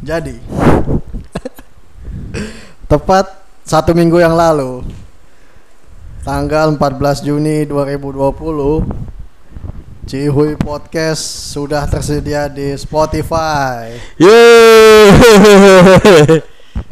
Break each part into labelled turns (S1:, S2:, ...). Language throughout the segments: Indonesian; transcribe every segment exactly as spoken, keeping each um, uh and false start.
S1: Jadi tepat satu minggu yang lalu, tanggal empat belas Juni dua ribu dua puluh, Cihuy Podcast sudah tersedia di Spotify.
S2: Yeay.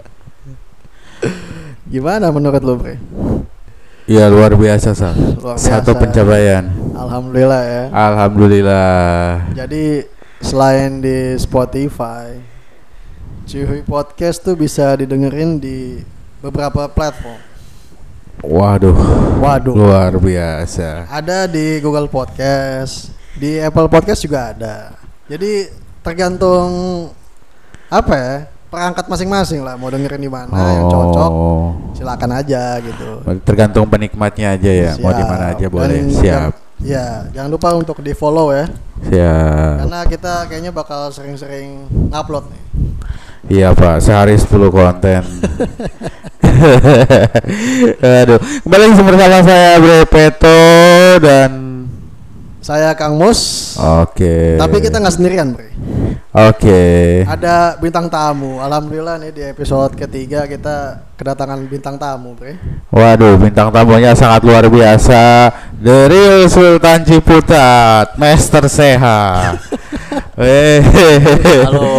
S1: Gimana menurut lo, Bre?
S2: Ya luar biasa, Sal.
S1: Luar biasa.
S2: Satu pencapaian.
S1: Alhamdulillah ya.
S2: Alhamdulillah.
S1: Jadi selain di Spotify, Cihuy Podcast tuh bisa didengerin di beberapa platform.
S2: Waduh.
S1: Waduh.
S2: Luar biasa.
S1: Ada di Google Podcast, di Apple Podcast juga ada. Jadi tergantung apa ya, perangkat masing-masing lah, mau dengerin di mana
S2: oh.
S1: yang cocok. Silakan aja gitu.
S2: Tergantung penikmatnya aja ya,
S1: Siap.
S2: mau di mana aja boleh.
S1: Dan
S2: Siap.
S1: Ya, jangan lupa untuk di follow ya.
S2: Siap.
S1: Karena kita kayaknya bakal sering-sering upload nih.
S2: Iya Pak, sehari sepuluh konten. Aduh, kembali bersama saya Bre Peto dan
S1: saya Kang Mus.
S2: Oke.
S1: Tapi kita nggak sendirian, Bre.
S2: Oke.
S1: Ada bintang tamu. Alhamdulillah nih di episode ketiga kita kedatangan bintang tamu, Bre.
S2: Waduh, bintang tamunya sangat luar biasa. The Real Sultan Ciputat, Master Seha.
S3: Halo.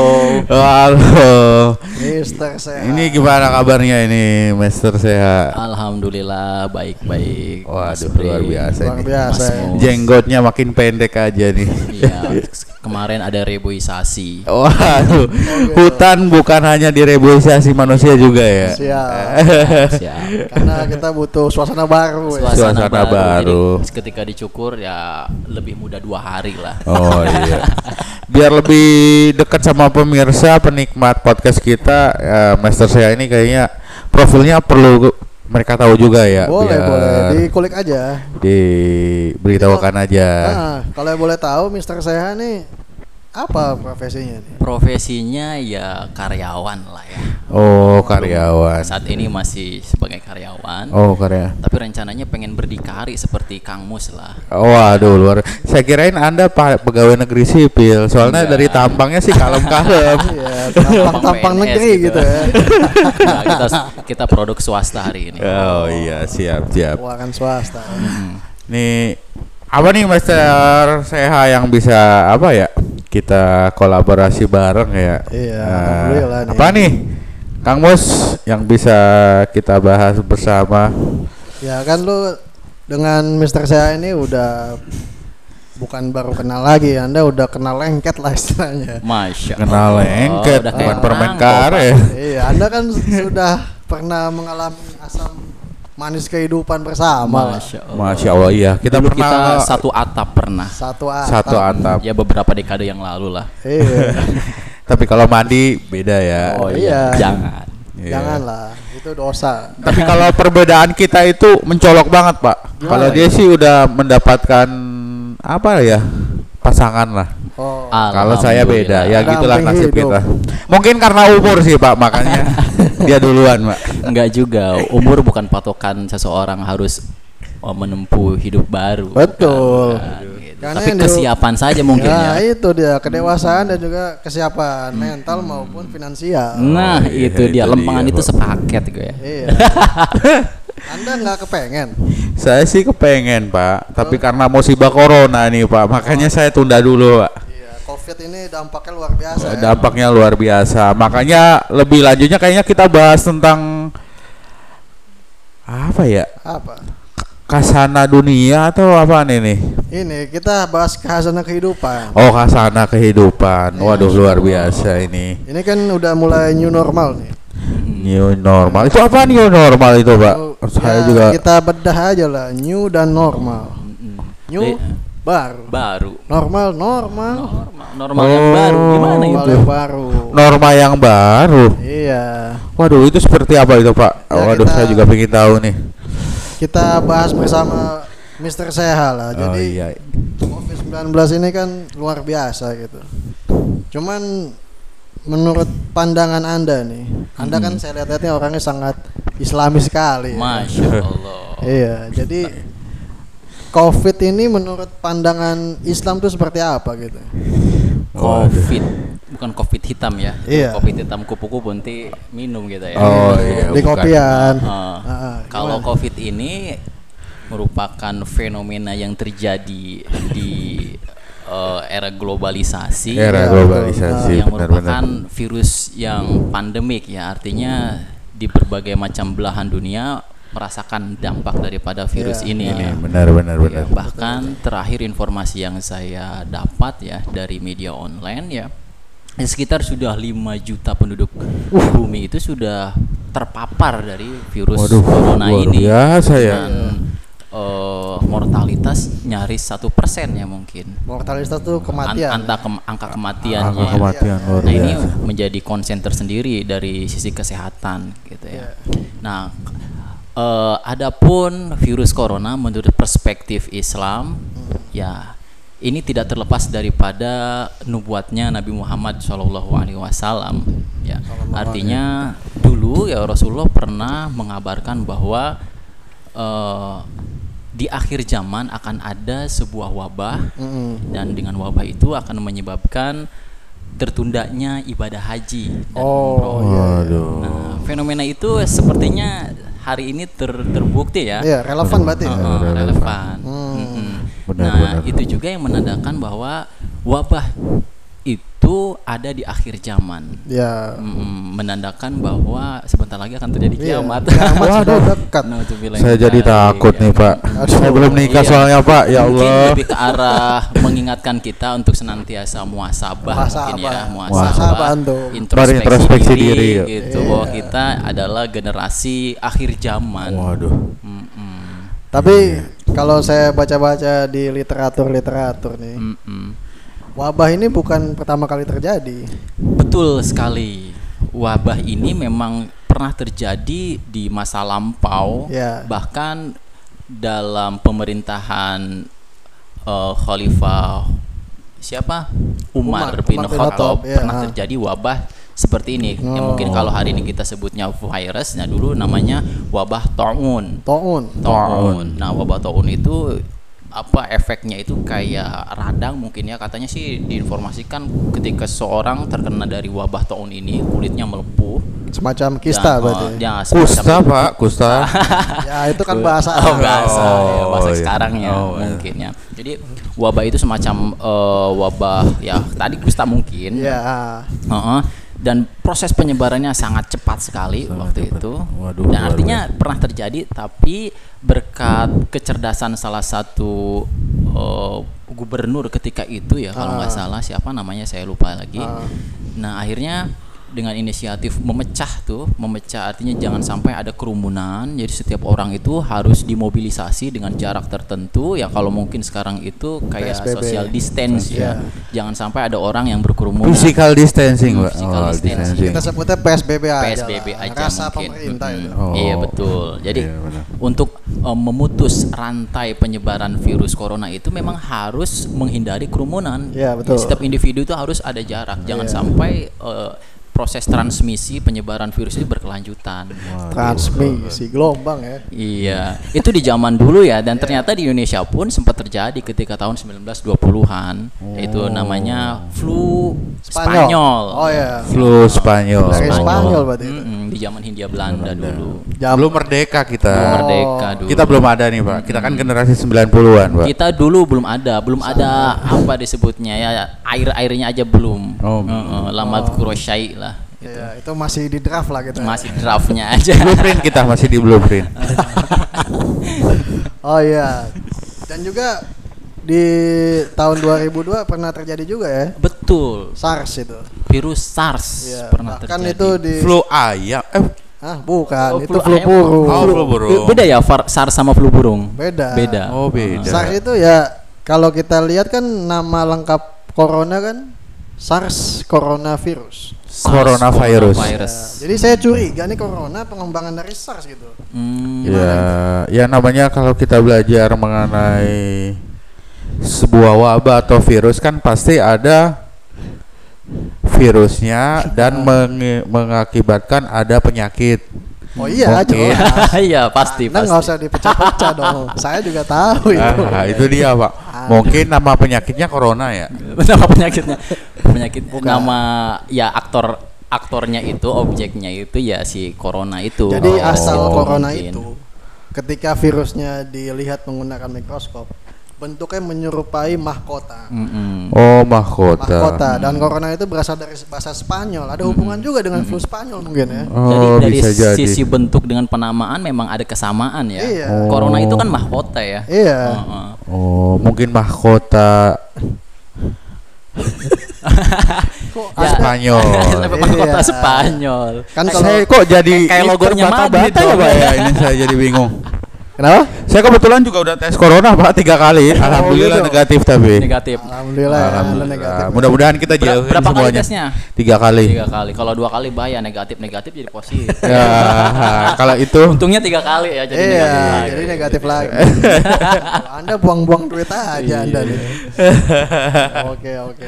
S2: Halo.
S1: Mister Seha.
S2: Ini gimana kabarnya ini, Master Seha?
S3: Alhamdulillah baik-baik.
S2: Waduh,
S3: Mas Bre.
S2: luar biasa
S1: Luar
S2: ini.
S1: biasa.
S3: Mas
S1: ya.
S3: Mus.
S2: Jenggotnya makin pendek aja nih.
S3: Iya, kemarin ada reboisasi.
S2: Waduh, hutan bukan hanya direboisasi manusia juga ya.
S1: Siap.
S3: Siap.
S1: Karena kita butuh suasana baru ya.
S2: Suasana baru.
S3: Jadi ketika dicukur ya lebih mudah dua hari lah.
S2: Oh iya. Biar lebih dekat sama pemirsa penikmat podcast kita, ya, Master Seha ini kayaknya profilnya perlu mereka tahu juga ya.
S1: Boleh,
S2: biar
S1: boleh. Dikulik aja.
S2: Diberitahukan aja.
S1: Nah, kalau boleh tahu Mister Seha nih apa profesinya nih?
S3: Profesinya ya karyawan lah ya.
S2: Oh, karyawan.
S3: Saat ini masih sebagai karyawan.
S2: Oh, karya.
S3: Tapi rencananya pengen berdikari seperti Kang Mus lah.
S2: Oh, waduh, luar. Saya kirain Anda pak pegawai negeri sipil. Soalnya
S3: Enggak.
S2: dari tampangnya sih kalem-kalem.
S1: Iya, tampang-tampang
S3: P N S
S1: negeri gitu ya.
S3: Nah, kita kita produk swasta hari ini.
S2: Oh iya, siap, siap.
S1: Keuangan swasta.
S3: Hmm.
S2: Nih, apa nih Master Seha yang bisa apa ya? Kita kolaborasi bareng ya.
S1: Iya,
S2: Nah,
S1: alhamdulillah nih.
S2: apa nih, Kang Mus yang bisa kita bahas bersama?
S1: Ya kan lu dengan Mister Seha ini udah bukan baru kenal lagi, Anda udah kenal lengket lah istilahnya.
S3: Masya Allah.
S2: Kenal lengket,
S3: udah
S2: bukan
S3: kayak
S2: permen
S3: perangko,
S2: karet.
S3: Pak.
S1: Iya, Anda kan sudah pernah mengalami asam manis kehidupan bersama lah.
S3: Masya Allah.
S2: Masya Allah, iya. Kita
S3: Dulu
S2: pernah
S3: kita satu atap pernah.
S1: Satu atap.
S2: satu atap.
S3: Ya beberapa dekade yang lalu lah.
S1: Iya.
S2: Tapi kalau mandi beda ya.
S1: Oh, iya.
S3: Jangan.
S2: Iya.
S1: Janganlah, itu dosa.
S2: Tapi kalau perbedaan kita itu mencolok banget, Pak.
S1: Gimana
S2: Kalau
S1: ya?
S2: dia sih udah mendapatkan apa ya? Pasangan lah.
S1: Oh.
S2: Kalau saya beda, ya
S1: Damping
S2: gitulah nasib
S1: hidup.
S2: kita. Mungkin karena umur sih Pak, makanya dia duluan Pak.
S3: Enggak juga. Umur bukan patokan seseorang harus oh, menempuh hidup baru.
S1: Betul.
S3: Bukan, gitu.
S1: Karena
S3: Tapi
S1: yang di-
S3: kesiapan saja mungkin
S1: Ya,
S3: ya.
S1: itu dia kedewasaan dan juga kesiapan mental maupun finansial.
S3: Nah,
S2: Oh, iya,
S3: itu dia
S2: itu
S3: lempengan
S2: dia,
S3: itu
S2: Pak.
S3: sepaket gue ya.
S1: Iya. Anda nggak kepengen?
S2: Saya sih kepengen Pak, tapi karena musibah corona nih Pak, makanya saya tunda dulu Pak.
S1: Iya, COVID ini dampaknya luar biasa. Ya.
S2: Dampaknya luar biasa, makanya lebih lanjutnya kayaknya kita bahas tentang apa ya?
S1: Apa?
S2: Khazanah dunia atau apa nih nih?
S1: Ini kita bahas khazanah kehidupan.
S2: Oh, khazanah kehidupan. Waduh, luar biasa ini.
S1: Ini kan udah mulai new normal nih.
S2: New normal. Itu apa new normal itu, Pak?
S1: Oh,
S2: Saya
S1: ya,
S2: juga
S1: kita bedah aja lah, new dan normal. New
S3: Jadi,
S1: baru.
S3: baru.
S1: Normal normal.
S3: Normal, normal yang
S2: Oh.
S3: baru gimana
S1: Normal
S3: itu?
S1: yang baru.
S2: norma yang baru.
S1: Iya.
S2: Waduh, itu seperti apa itu, Pak?
S1: Ya,
S2: Waduh,
S1: kita-
S2: saya juga pengen tahu nih.
S1: Kita bahas bersama Mister Seha lah.
S2: Oh
S1: Jadi
S2: iya.
S1: covid sembilan belas ini kan luar biasa gitu. Cuman menurut pandangan Anda nih, Anda kan saya lihat-lihatnya orangnya sangat Islami sekali. ya.
S3: Masya Allah.
S1: Iya, jadi Covid ini menurut pandangan Islam tuh seperti apa gitu?
S3: Covid bukan COVID hitam ya.
S1: Iya.
S3: COVID hitam kupu-kupu nanti minum gitu ya.
S2: Oh iya,
S1: Di
S2: bukan.
S1: kopian.
S3: Uh,
S1: Ah,
S3: kalau
S1: gimana?
S3: COVID ini merupakan fenomena yang terjadi di uh, era globalisasi.
S2: Era
S1: Ya,
S2: globalisasi,
S3: yang
S2: benar-benar.
S3: merupakan virus yang pandemik ya, artinya di berbagai macam belahan dunia merasakan dampak daripada virus
S1: Ya,
S3: ini
S2: Ini
S3: ya.
S2: benar-benar
S3: Ya,
S2: benar.
S3: bahkan terakhir informasi yang saya dapat ya dari media online ya, ya sekitar sudah lima juta penduduk bumi itu sudah terpapar dari virus
S2: Waduh,
S3: corona
S2: luar
S3: ini
S2: biasa ya.
S3: dengan eh, mortalitas nyaris satu persen ya mungkin.
S1: Mortalitas tuh
S3: An-
S1: kematian.
S3: angka, kem- angka kematiannya.
S2: Angka kematian luar
S3: Nah ini
S2: biasa.
S3: menjadi concern tersendiri dari sisi kesehatan gitu ya. Nah, eh, adapun virus corona menurut perspektif Islam, ya ini tidak terlepas daripada nubuatnya Nabi Muhammad shallallahu alaihi wasallam. Ya, artinya dulu ya Rasulullah pernah mengabarkan bahwa eh, di akhir zaman akan ada sebuah wabah
S1: Mm-mm.
S3: dan dengan wabah itu akan menyebabkan tertundanya ibadah haji dan
S1: Oh,
S3: umroh.
S1: iya, iya.
S2: Waduh.
S3: Nah, fenomena itu sepertinya hari ini ter- terbukti ya.
S1: Iya, relevan berarti.
S3: Uh,
S1: ya?
S3: uh, relevan.
S1: Hmm.
S3: Mm-mm.
S2: Benar,
S3: nah,
S2: benar.
S3: itu juga yang menandakan bahwa wabah itu ada di akhir zaman.
S1: Ya.
S3: Mm-mm. Menandakan bahwa sebentar lagi akan terjadi
S1: Iya,
S3: kiamat.
S1: kiamat sudah dekat.
S3: Nauzubillah
S2: Saya
S3: min
S2: jadi
S3: dzalik.
S2: takut nih Pak.
S1: Aduh.
S2: Saya belum nikah
S3: Iya.
S2: soalnya Pak. Ya
S3: Mungkin
S2: Allah.
S3: lebih ke arah mengingatkan kita untuk senantiasa muasabah mungkin ya,
S1: Muhasabah.
S3: muasabah,
S1: Muhasabah, antum.
S2: Berintrospeksi diri, ya.
S3: gitu
S1: Iya.
S3: bahwa kita adalah generasi akhir zaman.
S2: Waduh.
S3: Mm-mm.
S1: Tapi kalau saya baca-baca di literatur-literatur nih,
S3: Mm-mm.
S1: wabah ini bukan pertama kali terjadi.
S3: Betul sekali. Wabah ini memang pernah terjadi di masa lampau,
S1: Ya.
S3: bahkan dalam pemerintahan eh, Khalifah siapa? Umar,
S1: Umar,
S3: bin
S1: Umar bin
S3: Khattab
S1: Khattab, ya.
S3: pernah terjadi wabah seperti ini. Ya
S1: Oh.
S3: mungkin kalau hari ini kita sebutnya virus, nah dulu namanya wabah taun.
S1: Taun.
S3: Taun. Nah, wabah taun itu apa efeknya itu kayak radang mungkin ya, katanya sih diinformasikan ketika seseorang terkena dari wabah taun ini kulitnya melepuh.
S1: Semacam kista
S3: Dan,
S1: berarti.
S3: oh, ya, semacam
S2: Kusta
S3: itu.
S2: Pak, kusta.
S1: Ya, itu kan bahasa
S3: Oh,
S1: Arab.
S3: bahasa ya,
S2: Oh,
S3: bahasa
S2: iya.
S3: sekarang ya
S2: Oh, iya.
S3: mungkin ya. Jadi wabah itu semacam eh, wabah ya tadi kusta mungkin.
S1: Ya.
S3: Heeh. Dan proses penyebarannya sangat cepat sekali
S2: Sangat
S3: waktu
S2: cepat.
S3: itu.
S2: Waduh,
S3: Dan
S2: luar
S3: artinya pernah terjadi, tapi berkat kecerdasan salah satu eh, gubernur ketika itu ya, kalau nggak
S1: Ah.
S3: salah siapa namanya saya lupa lagi.
S1: Ah.
S3: Nah akhirnya dengan inisiatif memecah tuh, memecah artinya jangan sampai ada kerumunan. Jadi setiap orang itu harus dimobilisasi dengan jarak tertentu. Ya kalau mungkin sekarang itu kayak
S1: P S B B.
S3: social distance ya.
S1: Iya.
S3: Jangan sampai ada orang yang berkerumun.
S2: Physical distancing
S3: Hmm,
S2: Pak.
S3: physical
S2: Oh,
S3: distancing.
S1: Kita sebutnya P S B B aja.
S3: P S B B
S1: lah.
S3: aja
S1: Rasa
S3: mungkin.
S1: pemerintah
S3: Mm-mm.
S1: itu.
S2: Oh.
S3: Iya betul. Jadi
S2: Iya, benar.
S3: untuk um, memutus rantai penyebaran virus corona itu memang harus menghindari kerumunan.
S1: Iya, betul.
S3: Jadi setiap individu itu harus ada jarak. Jangan
S1: Iya.
S3: sampai uh, proses transmisi penyebaran virus itu berkelanjutan.
S1: Transmisi gelombang ya.
S3: Iya, itu di zaman dulu ya, dan ternyata di Indonesia pun sempat terjadi ketika tahun sembilan belas dua puluhan. Itu namanya flu
S1: Spanyol.
S3: Spanyol.
S1: Oh ya.
S2: Flu Spanyol.
S1: Dari Spanyol berarti itu.
S3: Mm-mm, di zaman Hindia Belanda dulu.
S1: Jam-
S2: Belum merdeka kita.
S3: Belum merdeka dulu.
S2: Kita belum ada nih Pak. Kita kan generasi sembilan puluhan Pak.
S3: Kita dulu belum ada, belum ada apa disebutnya ya, air-airnya aja belum.
S2: Oh.
S3: Heeh, Lamad Kurosyai lah.
S1: Ya, itu masih di draft lah kita.
S3: Masih draftnya aja.
S2: Blueprint kita masih di blueprint.
S1: Oh iya. Dan juga di tahun dua ribu dua pernah terjadi juga ya.
S3: Betul.
S1: SARS itu.
S3: Virus SARS
S1: Iya,
S3: pernah
S1: bahkan
S3: terjadi.
S1: itu di
S2: Flu ayam. Eh,
S1: Ah, bukan,
S3: Oh,
S1: itu
S3: flu
S1: flu
S3: ayam.
S1: burung.
S2: Oh, flu burung.
S3: Beda ya far- SARS sama flu burung?
S1: Beda.
S3: Beda.
S2: Oh, beda.
S1: SARS itu ya kalau kita lihat kan nama lengkap corona kan SARS coronavirus.
S3: SARS
S2: Coronavirus.
S3: coronavirus.
S1: Ya, jadi saya curiga nih corona pengembangan dari SARS gitu.
S3: Hmm,
S2: Ya, ya namanya kalau kita belajar mengenai sebuah wabah atau virus kan pasti ada virusnya dan mengi- mengakibatkan ada penyakit.
S1: Oh iya,
S2: Mungkin.
S1: jelas.
S3: Iya pasti
S1: Anda
S3: pasti.
S1: nggak usah dipecah-pecah dong. Saya juga tahu itu.
S2: Ah, itu dia Pak. Mungkin nama penyakitnya corona ya.
S3: Nama penyakitnya penyakit
S1: Bukan.
S3: nama ya aktor aktornya itu objeknya itu ya si corona itu.
S1: Jadi
S2: Oh,
S1: asal corona
S3: mungkin.
S1: itu ketika virusnya dilihat menggunakan mikroskop, bentuknya menyerupai mahkota.
S3: Mm-mm.
S2: Oh, mahkota.
S1: Mahkota dan corona itu berasal dari bahasa Spanyol. Ada hubungan juga dengan flu Spanyol mungkin ya.
S2: Oh,
S3: Jadi dari
S2: bisa jadi.
S3: sisi bentuk dengan penamaan memang ada kesamaan ya.
S1: Iya.
S3: Corona
S2: Oh.
S3: itu kan mahkota ya.
S1: Iya.
S3: Heeh.
S2: Oh, mungkin mahkota
S1: Kok
S3: Ya.
S1: ada
S2: Spanyol.
S3: Mahkota
S1: Iya.
S3: Spanyol.
S1: kan kalau
S2: Saya kok jadi
S3: kayak logonya
S2: terbata-bata
S3: Madrid
S2: ya,
S3: dong.
S2: Pak ya? Ini saya jadi bingung.
S1: kenapa?
S2: Saya kebetulan juga udah tes corona Pak tiga kali. Alhamdulillah
S1: gitu.
S2: negatif tapi.
S3: Negatif.
S1: Alhamdulillah, ya, Anda
S2: Alhamdulillah.
S1: negatif.
S2: Mudah-mudahan kita
S3: Ber-
S2: jauhin
S3: berapa kali
S2: semuanya.
S3: tesnya?
S2: Tiga kali.
S3: Tiga kali. Kalau dua kali bahaya negatif negatif jadi positif.
S2: Ya, kalau itu
S3: Untungnya tiga kali ya jadi
S1: Iya,
S3: negatif lagi.
S1: jadi negatif lagi. Anda buang-buang duit aja Anda nih. Oke, oke.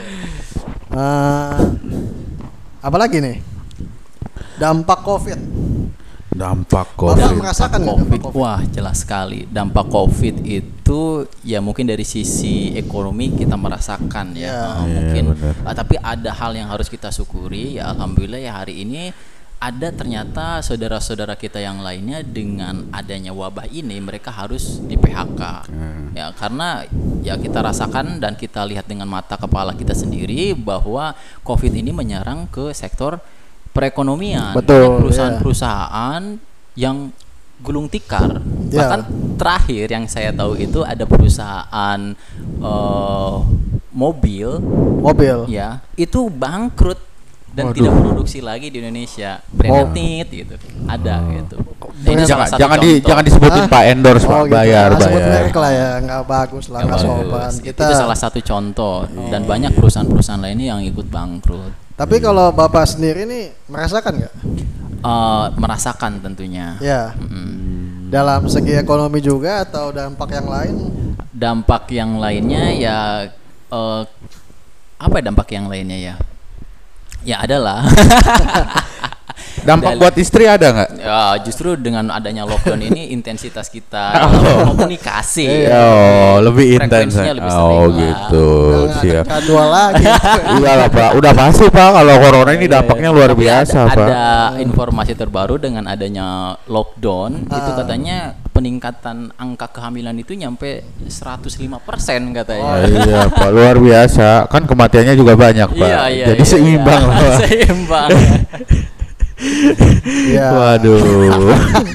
S1: Eh, apa lagi nih? Dampak Covid.
S2: dampak
S1: Bapak
S2: COVID.
S1: merasakan nggak
S3: COVID.
S1: dampak Covid?
S3: Wah, jelas sekali. Dampak COVID itu ya mungkin dari sisi ekonomi kita merasakan ya.
S1: Iya.
S3: Eh,
S2: Iya,
S3: mungkin
S2: benar.
S3: ah, tapi ada hal yang harus kita syukuri ya, alhamdulillah ya hari ini ada ternyata saudara-saudara kita yang lainnya dengan adanya wabah ini mereka harus di P H K.
S2: Hmm.
S3: Ya, karena ya kita rasakan dan kita lihat dengan mata kepala kita sendiri bahwa COVID ini menyerang ke sektor perekonomian.
S1: Betul,
S3: Banyak perusahaan-perusahaan yang gulung tikar.
S1: Ya.
S3: Bahkan terakhir yang saya tahu itu ada perusahaan eh, mobil
S1: Mobil.
S3: ya, itu bangkrut dan
S2: Waduh.
S3: tidak produksi lagi di Indonesia. Branded gitu. Ada gitu. Nah, ini
S1: Jangan-
S3: salah
S2: Jangan,
S3: satu
S2: jangan, di,
S3: contoh.
S2: jangan disebutin
S1: Hah?
S2: Pak endorse Pak,
S1: Oh, gitu.
S2: bayar
S1: Nggak sebut
S2: bayar.
S1: merek lah ya, nggak bagus lah,
S3: Nggak
S1: nggak
S3: bagus.
S1: sopan.
S3: Itu-
S1: Kita.
S3: Itu salah satu contoh dan banyak perusahaan-perusahaan lainnya yang ikut bangkrut.
S1: Tapi kalau Bapak sendiri nih merasakan nggak?
S3: Eh, merasakan tentunya.
S1: Ya,
S3: Mm.
S1: dalam segi ekonomi juga atau dampak yang lain?
S3: Dampak yang lainnya ya eh, apa ya dampak yang lainnya ya? Ya adalah
S2: Dampak
S3: Dal-
S2: buat istri ada nggak?
S3: ya, justru dengan adanya lockdown ini intensitas kita
S2: Oh.
S3: dalam komunikasi
S2: Oh, lebih intens.
S3: frekuensinya lebih sering
S2: Oh,
S3: lah.
S2: gitu.
S1: Udah nggak
S2: Siap.
S1: ada kedua lagi.
S2: Iya lah Pak, udah pasti Pak kalau corona ini
S3: Iya,
S2: dampaknya
S3: iya.
S2: luar
S3: Tapi
S2: biasa
S3: ada,
S2: Pak.
S3: ada informasi terbaru dengan adanya lockdown itu
S1: Ah.
S3: katanya peningkatan angka kehamilan itu nyampe seratus lima persen katanya.
S2: Oh, iya Pak, luar biasa. Kan kematiannya juga banyak Pak.
S3: Iya, iya,
S2: Jadi
S3: iya,
S2: seimbang
S3: iya.
S2: lah Pak.
S3: Seimbang.
S1: Iya.
S2: Waduh.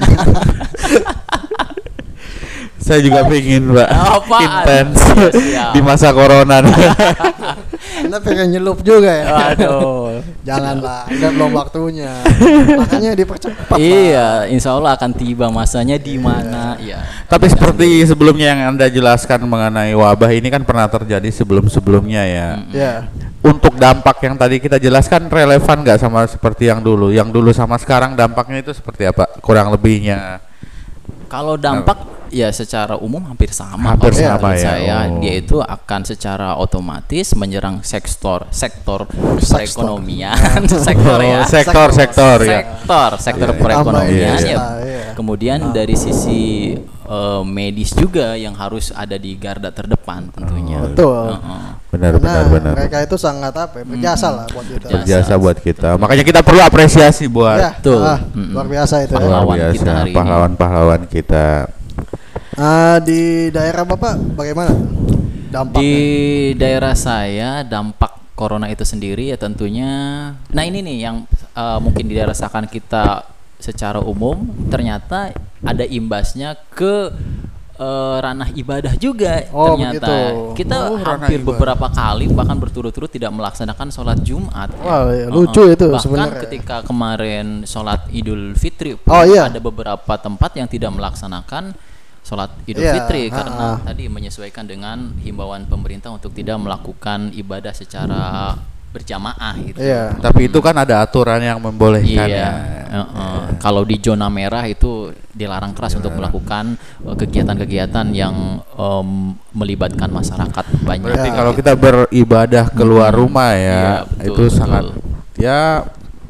S2: Saya juga pingin Pak
S3: Apaan?
S2: intens
S3: Iya, siap.
S2: di masa corona.
S1: Anda pengen nyelup juga ya?
S3: Aduh.
S1: Janganlah, Anda belum waktunya. Makanya dipercepat. Pak.
S3: Iya, insya Allah akan tiba masanya di mana. Iya.
S2: Tapi seperti sebelumnya yang Anda jelaskan mengenai wabah ini kan pernah terjadi sebelum-sebelumnya ya.
S1: Ya.
S2: Untuk dampak yang tadi kita jelaskan relevan nggak sama seperti yang dulu? Yang dulu sama sekarang dampaknya itu seperti apa? Kurang lebihnya.
S3: Kalau dampak ya secara umum hampir sama.
S2: Hampir
S3: kalau
S2: sama
S3: menurut
S2: ya,
S3: saya
S2: oh.
S3: dia itu akan secara otomatis menyerang sektor sektor perekonomian, sektor ya.
S2: Oh, sektor sektor ya.
S3: sektor sektor
S2: Iya, iya.
S3: perekonomian
S2: Tambah,
S3: ya.
S1: iya.
S3: Kemudian dari sisi eh, medis juga yang harus ada di garda terdepan tentunya.
S2: Oh,
S1: Betul.
S3: Heeh.
S2: Benar
S1: Karena
S2: benar benar.
S1: mereka itu sangat apa ya, berjasa lah buat kita.
S3: Berjasa.
S2: Berjasa buat kita. Makanya kita perlu apresiasi buat
S1: Ya,
S3: Betul.
S1: ah,
S3: Mm-mm.
S1: luar biasa itu. ya.
S2: luar
S3: Pahlawan kita
S2: biasa
S3: hari ini.
S2: pahlawan-pahlawan kita.
S1: Ah, di daerah Bapak bagaimana dampaknya?
S3: Di daerah saya dampak corona itu sendiri ya tentunya. Nah ini nih yang eh, mungkin dirasakan kita secara umum ternyata ada imbasnya ke eh, ranah ibadah juga
S1: Oh,
S3: ternyata.
S1: begitu.
S3: Kita
S2: Oh, ranah
S3: hampir
S2: ibadah.
S3: beberapa kali bahkan berturut-turut tidak melaksanakan sholat Jumat. ya.
S1: Wah, iya,
S3: Heeh.
S1: lucu itu
S3: Bahkan
S1: sebenarnya.
S3: ketika kemarin sholat Idul Fitri pun
S1: Oh, iya.
S3: ada beberapa tempat yang tidak melaksanakan sholat Idul
S1: Iya,
S3: Fitri
S1: ha-ha.
S3: karena tadi menyesuaikan dengan himbauan pemerintah untuk tidak melakukan ibadah secara berjamaah gitu.
S1: Iya.
S2: Tapi itu kan ada aturan yang membolehkan
S3: Iya.
S2: ya.
S3: Heeh. Kalau di zona merah itu dilarang keras untuk melakukan eh, kegiatan-kegiatan yang em, melibatkan masyarakat banyak.
S2: Berarti
S1: Ya.
S2: kalau kita beribadah keluar
S3: Hmm.
S2: rumah
S3: Iya,
S2: ya,
S3: betul,
S2: itu
S3: betul.
S2: sangat ya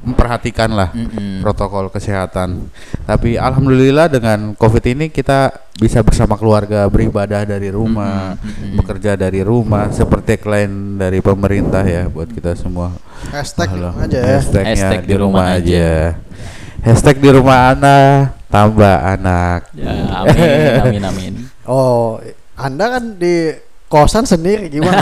S2: memperhatikan lah
S3: Mm-mm.
S2: protokol kesehatan. Tapi alhamdulillah dengan Covid ini kita bisa bersama keluarga beribadah dari rumah,
S3: Mm-mm.
S2: bekerja dari rumah, seperti klaim dari pemerintah ya buat kita semua.
S1: Hashtag
S2: Halo.
S1: aja ya.
S2: Hashtagnya
S3: Hashtag
S2: di rumah aja. Hashtag di rumah anak, tambah anak.
S3: Ya, amin, amin, amin.
S1: Oh, Anda kan di kosan sendiri gimana?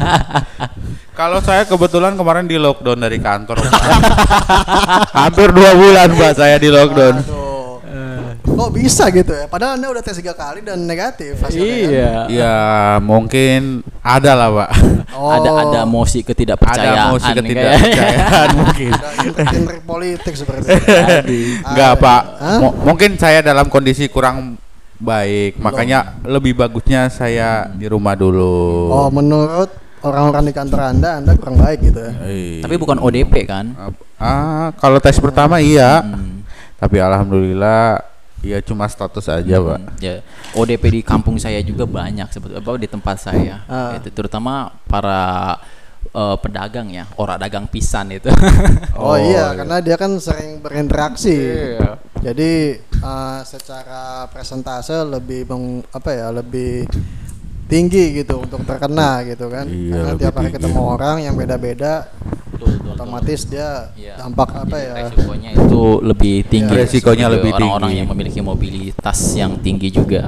S2: Kalau saya kebetulan kemarin di lockdown dari kantor. Pak. Hampir dua bulan Pak saya di lockdown.
S1: Aduh. Kok bisa gitu ya? Padahal Anda udah tes tiga kali dan negatif hasilnya.
S3: Iya.
S2: Ya mungkin ada lah Pak.
S1: Kan? Oh,
S3: Ada ada emosi ketidakpercayaan.
S2: Ada musik
S3: kayak-
S2: ketidakpercayaan mungkin.
S1: udah ngikutin trik politik seperti itu.
S2: Enggak
S1: Ah,
S2: Pak.
S1: hah?
S2: Mo- mungkin saya dalam kondisi kurang baik, makanya lebih bagusnya saya di rumah dulu.
S1: Oh, menurut orang-orang di kantor Anda, Anda kurang baik gitu ya.
S2: Eh,
S3: Tapi bukan O D P kan?
S2: ah kalau tes pertama iya,
S3: Hmm.
S2: tapi alhamdulillah ya cuma status aja Pak.
S3: Ya, O D P di kampung saya juga banyak sebetulnya, apa di tempat saya.
S1: Ah.
S3: Itu terutama para eh, pedagang ya, orang dagang pisan itu.
S1: Oh,
S2: Oh,
S1: iya,
S2: iya.
S1: karena dia kan sering berinteraksi.
S3: Iya.
S1: Jadi eh, secara presentase lebih meng, apa ya, lebih tinggi gitu untuk terkena gitu kan.
S2: Iya,
S1: Karena
S2: lebih
S1: tiap hari
S2: tinggi.
S1: ketemu orang yang beda-beda,
S3: Betul, betul,
S1: otomatis dia
S3: Iya.
S1: dampak apa
S3: Jadi
S1: ya?
S3: resikonya itu lebih tinggi.
S1: Iya,
S2: resikonya
S3: sebagai
S2: lebih
S3: orang-orang
S2: tinggi.
S3: yang memiliki mobilitas yang tinggi juga.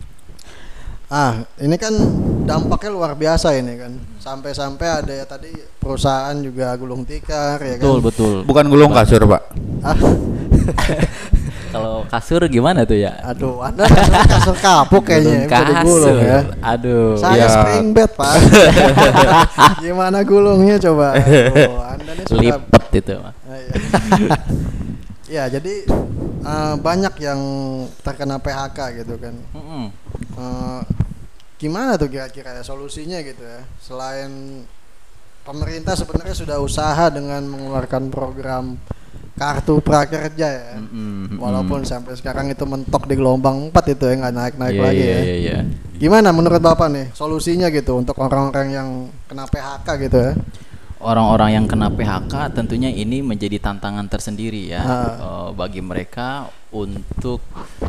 S1: Ah, ini kan dampaknya luar biasa ini kan. Sampai-sampai ada ya tadi perusahaan juga gulung tikar ya
S3: Betul,
S1: kan.
S3: betul.
S2: Bukan gulung kasur Pak.
S1: Ah,
S3: Kalau kasur gimana tuh ya?
S1: aduh, Anda kasur, kasur kapuk kayaknya bisa digulung ya.
S3: Aduh.
S1: Saya
S2: Ya.
S1: spring bed, Pak. Gimana gulungnya coba? Aduh, Anda ini sudah
S3: Lipet itu.
S1: Ah, iya. Ya, jadi eh, banyak yang terkena P H K gitu kan.
S3: Mm-mm.
S1: Eh, gimana tuh kira-kira ya solusinya gitu ya? Selain pemerintah sebenarnya sudah usaha dengan mengeluarkan program kartu prakerja ya.
S3: Mm-mm,
S1: Walaupun
S3: mm-mm.
S1: sampai sekarang itu mentok di gelombang empat itu ya, nggak naik-naik
S3: Iya,
S1: lagi
S3: iya,
S1: ya.
S3: iya, iya.
S1: Gimana menurut Bapak nih solusinya gitu untuk orang-orang yang kena P H K gitu ya?
S3: Orang-orang yang kena P H K tentunya ini menjadi tantangan tersendiri ya
S1: Ah.
S3: eh, bagi mereka untuk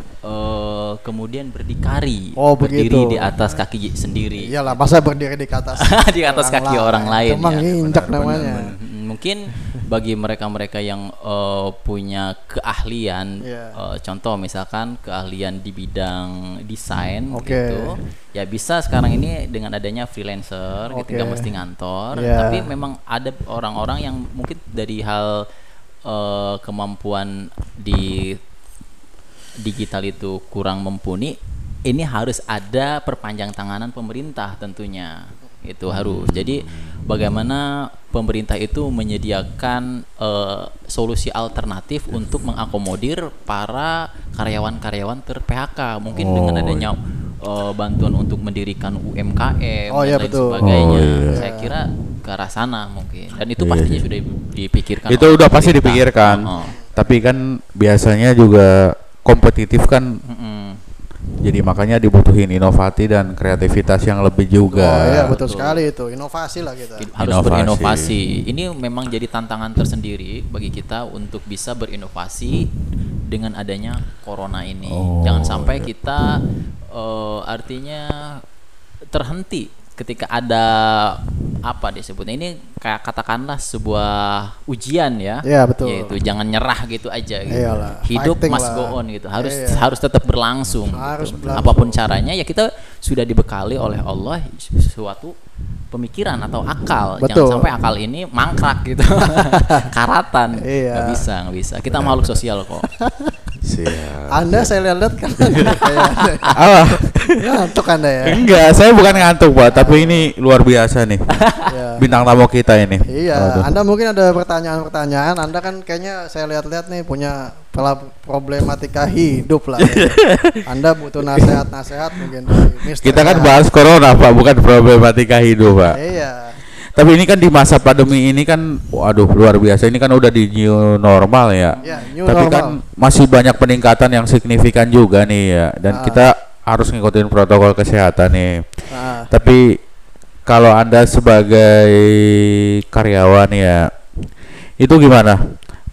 S3: eh, kemudian berdikari,
S1: Oh,
S3: berdiri
S1: begitu.
S3: di atas kaki sendiri.
S1: Iyalah, masa berdiri di atas
S3: Di atas kaki orang lain
S1: Emang
S3: ya.
S1: nginjak
S2: Benar,
S1: namanya.
S2: benar,
S3: Mm, Mungkin bagi mereka-mereka yang eh, punya keahlian,
S1: Iya.
S3: eh, contoh misalkan keahlian di bidang desain
S1: Oke.
S3: gitu, ya bisa sekarang ini dengan adanya freelancer, gitu
S1: Oke.
S3: nggak mesti ngantor,
S1: Iya.
S3: tapi memang ada orang-orang yang mungkin dari hal eh, kemampuan di digital itu kurang mumpuni, ini harus ada perpanjang tanganan pemerintah tentunya. Itu harus. Jadi bagaimana pemerintah itu menyediakan eh, solusi alternatif untuk mengakomodir para karyawan-karyawan ter-P H K. Mungkin
S2: Oh,
S3: dengan adanya eh, bantuan untuk mendirikan U M K M
S1: Oh,
S3: dan
S1: iya,
S3: lain
S1: betul.
S3: sebagainya.
S2: Oh, iya.
S3: Saya kira ke arah sana mungkin. Dan itu
S2: Iya,
S3: pastinya
S2: iya.
S3: sudah dipikirkan.
S2: Itu
S3: oleh
S2: udah pasti
S3: pemerintah.
S2: dipikirkan.
S3: Oh,
S2: Tapi kan biasanya juga kompetitif kan,
S3: oh. Mm-mm.
S2: jadi makanya dibutuhin inovasi dan kreativitas yang lebih juga.
S1: Oh iya, betul
S3: Betul.
S1: sekali itu. Inovasi lah kita.
S3: Harus
S2: Inovasi.
S3: berinovasi. Ini memang jadi tantangan tersendiri bagi kita untuk bisa berinovasi dengan adanya corona ini.
S2: Oh,
S3: Jangan sampai
S2: iya.
S3: kita eh, artinya terhenti ketika ada apa disebutnya ini kayak katakanlah sebuah ujian ya.
S1: Iya, betul.
S3: Yaitu jangan nyerah gitu aja gitu.
S1: Iyalah,
S3: Hidup
S1: fighting
S3: must
S1: lah.
S3: go on gitu. Harus
S1: Iya.
S3: harus tetap berlangsung.
S1: Harus
S3: gitu.
S1: berlangsung.
S3: Apapun caranya ya kita sudah dibekali oleh Allah suatu pemikiran atau akal.
S1: Betul.
S3: Jangan sampai akal ini mangkrak gitu. Karatan.
S1: Iya.
S3: Nggak bisa, nggak bisa. Kita makhluk sosial kok.
S2: Siap.
S1: Anda saya lihat kan kayak
S2: Ah,
S1: ngantuk Anda ya.
S2: enggak, saya bukan ngantuk Pak, tapi ini luar biasa nih.
S1: Iya.
S2: Bintang tamu kita ini.
S1: Iya,
S2: Waduh.
S1: Anda mungkin ada pertanyaan-pertanyaan. Anda kan kayaknya saya lihat-lihat nih punya pela- problematika hidup lah. Ya. Anda butuh nasihat-nasihat mungkin dari mister
S2: Kita kan
S1: Sehat.
S2: bahas corona Pak, bukan problematika hidup Pak.
S1: Iya.
S2: Tapi ini kan di masa pandemi ini kan, waduh luar biasa. Ini kan udah di new normal ya.
S1: Ya, new
S2: Tapi
S1: normal.
S2: kan masih banyak peningkatan yang signifikan juga nih ya. Dan
S1: Ah.
S2: kita harus ngikutin protokol kesehatan nih.
S1: Nah,
S2: Tapi kalau Anda sebagai karyawan ya, itu gimana?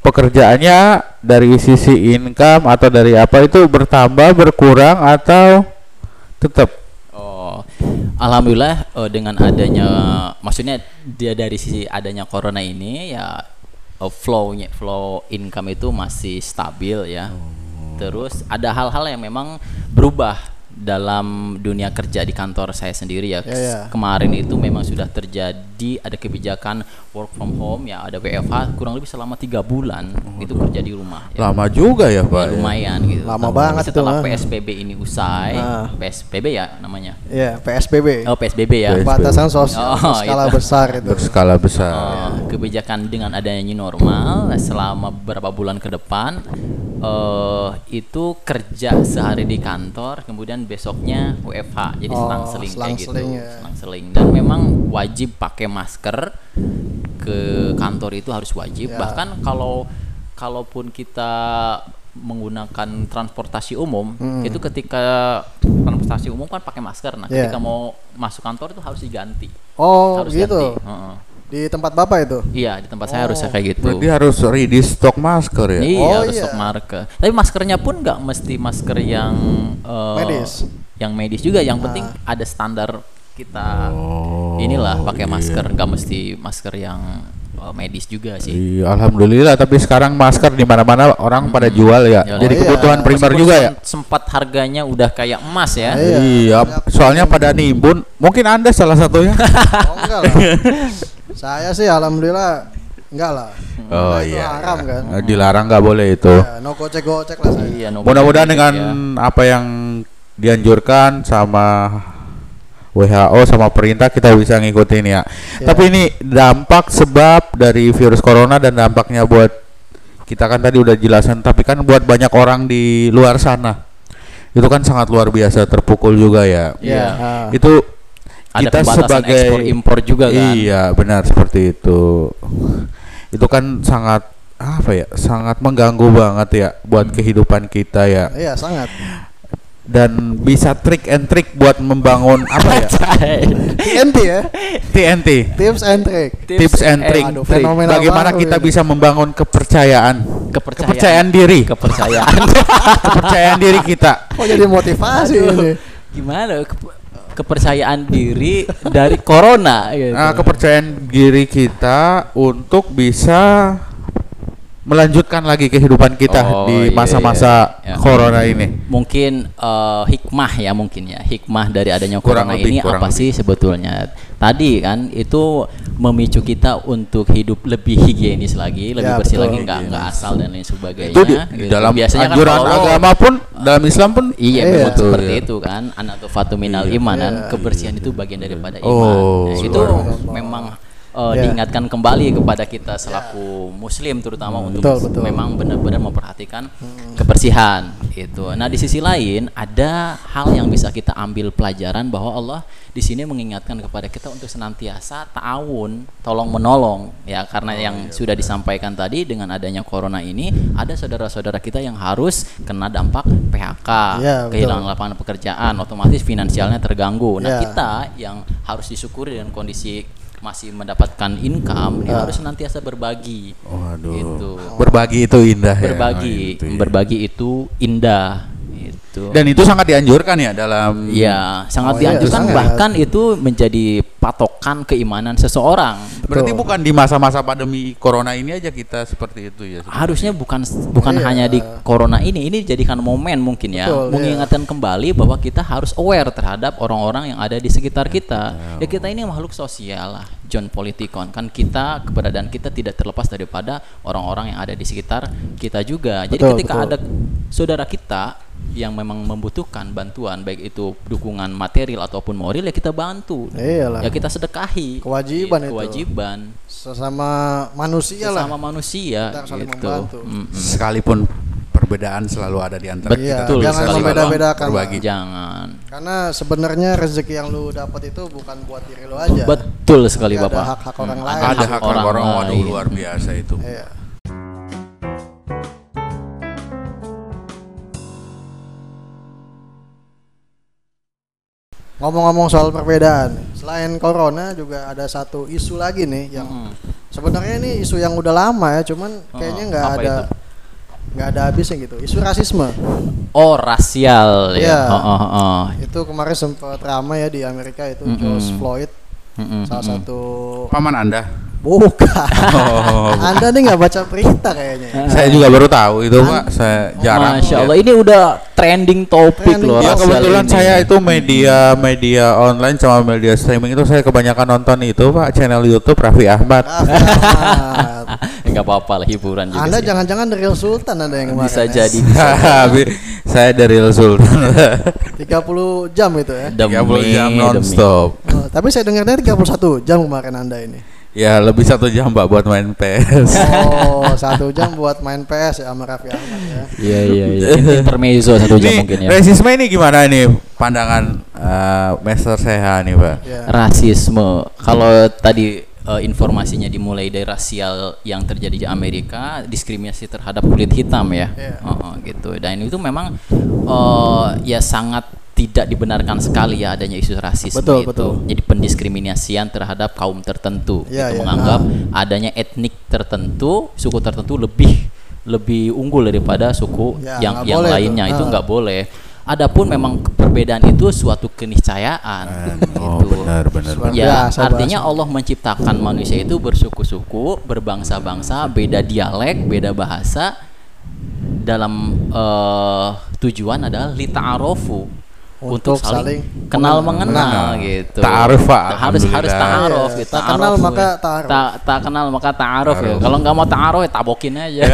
S2: pekerjaannya dari sisi income atau dari apa itu bertambah, berkurang atau tetap?
S3: Oh, alhamdulillah uh, dengan adanya, maksudnya dia dari sisi adanya corona ini ya uh, flow-nya, flow income itu masih stabil ya. Oh. Terus ada hal-hal yang memang berubah dalam dunia kerja di kantor saya sendiri ya.
S1: Yeah, yeah.
S3: Kemarin itu memang sudah terjadi ada kebijakan work from home ya, ada W F H kurang lebih selama tiga bulan oh, itu kerja di rumah. Ya.
S2: Lama juga ya Pak.
S3: Ya, lumayan gitu.
S1: Lama
S3: Tapi
S1: banget
S3: setelah
S1: tuh.
S3: P S B B ini usai,
S1: ah.
S3: P S B B ya namanya.
S1: Iya, P S B B.
S3: Oh, P S B B ya.
S1: Pembatasan sosial
S3: Oh,
S1: skala
S3: itu.
S1: besar itu.
S2: Berskala besar.
S3: Uh, kebijakan dengan adanya new normal selama beberapa bulan ke depan uh, itu kerja sehari di kantor, kemudian besoknya W F H, jadi
S1: Oh,
S3: selang-seling kayak gitu,
S1: selang-seling ya.
S3: selang-seling. Dan memang wajib pakai masker ke kantor itu harus wajib.
S1: Ya.
S3: Bahkan kalau kalaupun kita menggunakan transportasi umum,
S1: hmm.
S3: itu ketika transportasi umum kan pakai masker. Nah,
S1: Yeah.
S3: ketika mau masuk kantor itu harus diganti.
S1: Oh,
S3: Harus
S1: gitu.
S3: ganti. Heeh.
S1: Di tempat Bapak itu?
S3: Iya, di tempat saya
S1: Oh.
S3: harus kayak gitu.
S2: Berarti harus ready stok masker ya?
S3: Iya,
S1: Oh,
S3: harus
S1: iya.
S3: stok masker. Tapi maskernya pun nggak mesti masker yang eh,
S1: Medis.
S3: Yang medis juga. Yang
S1: Ah.
S3: penting ada standar kita.
S2: Oh,
S3: Inilah pakai
S2: iya.
S3: masker, nggak mesti masker yang eh, medis juga sih.
S2: Iya, alhamdulillah. Tapi sekarang masker di mana-mana orang pada jual ya.
S3: Jual.
S2: Jadi
S1: Oh, iya.
S2: kebutuhan primer
S3: Meskipun
S2: juga ya.
S3: sem- Sempat harganya udah kayak emas ya.
S1: Iya.
S2: Iya, soalnya pada nimbun. Mungkin Anda salah satunya.
S1: Oh, enggak lah. Saya sih alhamdulillah enggak lah.
S2: Oh
S1: Karena itu
S2: iya.
S1: haram
S2: iya.
S1: kan.
S2: Eh, Dilarang nggak boleh itu.
S1: Ya, no gocek-gocek lah saya.
S3: Iya, no
S2: Mudah-mudahan
S3: gocek
S2: dengan
S3: ya.
S2: apa yang dianjurkan sama W H O sama perintah kita bisa ngikutin ya.
S1: Ya.
S2: Tapi ini dampak sebab dari virus corona dan dampaknya buat kita kan tadi udah jelasin, tapi kan buat banyak orang di luar sana itu kan sangat luar biasa terpukul juga ya.
S3: Iya.
S1: Ah.
S2: Itu
S3: Ada
S2: kita
S3: pembatasan
S2: sebagai
S3: ekspor impor juga kan.
S2: Iya, benar seperti itu. Itu kan sangat apa ya? Sangat mengganggu banget ya buat kehidupan kita ya.
S1: Iya, sangat.
S2: Dan bisa trik and trick buat membangun apa ya?
S1: T N T ya.
S2: T N T.
S1: Tips and trick.
S2: Tips and trick.
S1: Aduh, fenomena
S2: Bagaimana
S1: baru
S2: kita
S1: ini.
S2: bisa membangun kepercayaan,
S3: Kepercayaan.
S2: kepercayaan diri,
S3: Kepercayaan.
S2: kepercayaan diri kita.
S1: Kok jadi motivasi
S3: Aduh,
S1: ini?
S3: Gimana Ke- kepercayaan diri dari corona gitu.
S2: Nah, kepercayaan diri kita untuk bisa melanjutkan lagi kehidupan kita
S3: Oh,
S2: di
S3: iya,
S2: masa-masa
S3: iya.
S2: corona ini.
S3: Mungkin eh, hikmah ya mungkin ya hikmah dari adanya
S2: Kurang
S3: corona
S2: lebih,
S3: ini
S2: kurang
S3: apa
S2: lebih.
S3: sih sebetulnya? Tadi kan itu memicu kita untuk hidup lebih higienis lagi, lebih
S1: Ya,
S3: bersih
S1: betul.
S3: lagi, nggak nggak asal dan lain sebagainya.
S2: Itu di,
S3: gitu.
S2: dalam
S3: Biasanya kan
S2: anjuran
S3: kalau-
S2: agama pun dalam Islam pun
S3: Iya,
S1: Iya.
S3: memang seperti
S2: Iya.
S3: itu kan. Anatofatu minal
S2: Iya.
S3: iman kan,
S1: Iya.
S3: kebersihan itu bagian daripada iman.
S2: Oh,
S3: Nah, itu
S2: luar
S3: memang uh,
S1: Iya.
S3: diingatkan kembali kepada kita selaku muslim terutama untuk
S1: Betul, betul.
S3: memang benar-benar memperhatikan kebersihan itu. Nah, di sisi lain ada hal yang bisa kita ambil pelajaran bahwa Allah di sini mengingatkan kepada kita untuk senantiasa ta'awun, tolong menolong ya, karena yang sudah disampaikan tadi dengan adanya corona ini ada saudara-saudara kita yang harus kena dampak P H K,
S1: Iya, betul.
S3: kehilangan lapangan pekerjaan, otomatis finansialnya terganggu. Nah,
S1: Iya.
S3: kita yang harus disyukuri dengan kondisi masih mendapatkan income, ini
S1: Ah.
S3: harus senantiasa berbagi.
S2: Waduh.
S3: Gitu.
S2: Berbagi itu indah ya.
S3: Berbagi,
S2: Oh, itu, iya.
S3: berbagi itu indah. Itu.
S2: Dan itu sangat dianjurkan ya dalam
S3: Ya, sangat
S1: Oh, iya,
S3: dianjurkan,
S1: sangat.
S3: bahkan itu menjadi patokan keimanan seseorang.
S2: Berarti
S1: Betul.
S2: bukan di masa-masa pandemi corona ini aja kita seperti itu ya.
S3: Harusnya bukan bukan
S1: Iya.
S3: hanya di corona ini, ini dijadikan momen mungkin ya,
S1: Betul,
S3: mengingatkan kembali bahwa kita harus aware terhadap orang-orang yang ada di sekitar kita. Ya, kita ini makhluk sosial lah, John Politikon. Kan kita, keberadaan kita tidak terlepas daripada orang-orang yang ada di sekitar kita juga. Jadi
S1: Betul,
S3: ketika
S1: betul.
S3: ada saudara kita yang memang membutuhkan bantuan, baik itu dukungan material ataupun moral, ya kita bantu.
S1: Iyalah.
S3: Ya kita sedekahi.
S1: Kewajiban
S3: Ya,
S1: itu.
S3: Kewajiban.
S1: Sesama manusia lah.
S3: Sesama manusia
S1: Kita saling
S3: gitu.
S1: membantu.
S3: Mm-mm.
S2: Sekalipun perbedaan selalu ada di antara
S3: Betul,
S2: kita.
S1: Iya, jangan
S2: Saling
S1: membeda-bedakan
S2: berbagi.
S3: Jangan.
S1: Karena sebenarnya rezeki yang lu dapat itu bukan buat diri lu aja.
S3: Betul sekali
S1: Tapi
S3: Bapak.
S1: ada hak-hak orang
S3: Hmm,
S1: lain.
S2: Ada
S3: hak
S2: hak orang, orang waduh
S3: lain.
S2: luar biasa itu.
S1: Iya. Ngomong-ngomong soal perbedaan, selain corona juga ada satu isu lagi nih yang
S3: Hmm.
S1: Sebenarnya ini isu yang udah lama ya, cuman kayaknya nggak
S3: apa
S1: ada
S3: itu?
S1: nggak ada habisnya gitu. Isu rasisme.
S3: Oh, rasial
S1: Iya.
S3: ya. Oh, oh, oh.
S1: Itu kemarin sempat ramai ya di Amerika itu
S3: Mm-mm.
S1: George Floyd,
S3: Mm-mm,
S1: salah
S3: mm-mm.
S1: satu.
S2: Paman Anda.
S1: Bukan.
S2: Oh,
S1: Anda nih nggak baca berita kayaknya.
S2: saya juga baru tahu itu Pak. Saya jarang.
S3: Masya
S2: lihat.
S3: Allah, ini udah trending topik
S1: Trending
S3: loh.
S2: Ya
S1: rasial
S2: kebetulan
S3: ini.
S2: saya itu media media online sama media streaming itu saya kebanyakan nonton itu Pak, channel YouTube Raffi Ahmad.
S1: Raffi Ahmad.
S3: Enggak apa-apa lah, hiburan juga
S1: Anda
S3: sih.
S1: jangan-jangan dari Sultan Anda yang kemarin.
S3: Bisa
S1: ya?
S3: jadi, bisa jadi.
S2: Saya dari Sultan.
S1: tiga puluh jam itu ya.
S3: Demi,
S2: tiga puluh jam
S3: demi.
S2: nonstop.
S1: Oh, tapi saya dengarnya tiga puluh satu jam kemarin Anda ini.
S2: Ya lebih satu jam Pak buat main P S.
S1: Oh, satu jam buat main P S ya sama Raffi Ahmad ya.
S3: Iya iya iya. Intermezzo satu jam
S2: Ini
S3: mungkin ya.
S2: rasisme ini gimana nih pandangan uh, Master Seha nih Pak?
S1: Ya.
S3: Rasisme. Kalau tadi eh, informasinya dimulai dari rasial yang terjadi di Amerika, diskriminasi terhadap kulit hitam ya.
S1: Iya.
S3: Oh, oh, gitu. Dan itu memang eh, ya sangat tidak dibenarkan sekali ya adanya isu rasisme
S1: Betul,
S3: itu.
S1: betul.
S3: Jadi pendiskriminasian terhadap kaum tertentu.
S1: Iya,
S3: itu
S1: iya.
S3: menganggap adanya etnik tertentu, suku tertentu lebih lebih unggul daripada suku
S1: Ya,
S3: yang
S1: nggak
S3: yang
S1: boleh
S3: lainnya.
S1: tuh.
S3: Itu
S1: Ah.
S3: nggak boleh. Adapun memang perbedaan itu suatu keniscayaan.
S2: Oh
S3: gitu.
S2: benar benar.
S1: Luar
S2: benar.
S3: Ya,
S1: biasa
S3: artinya
S1: bahasa.
S3: Allah menciptakan manusia itu bersuku-suku, berbangsa-bangsa, beda dialek, beda bahasa. Dalam eh, tujuan adalah lita'arofu,
S1: Untuk
S3: untuk saling
S1: saling
S3: kenal
S1: mengenal.
S3: mengenal gitu.
S2: Ta'aruf, Pak.
S3: Harus harus
S2: Alhamdulillah.
S3: ta'aruf
S1: Iya,
S3: gitu.
S1: tak kenal
S3: Ta'aruf,
S1: maka
S3: ya.
S1: ta'aruf.
S3: Tak tak kenal maka ta'aruf ya.
S2: Ta'aruf.
S3: Kalau nggak mau ta'aruf ya tabokin aja.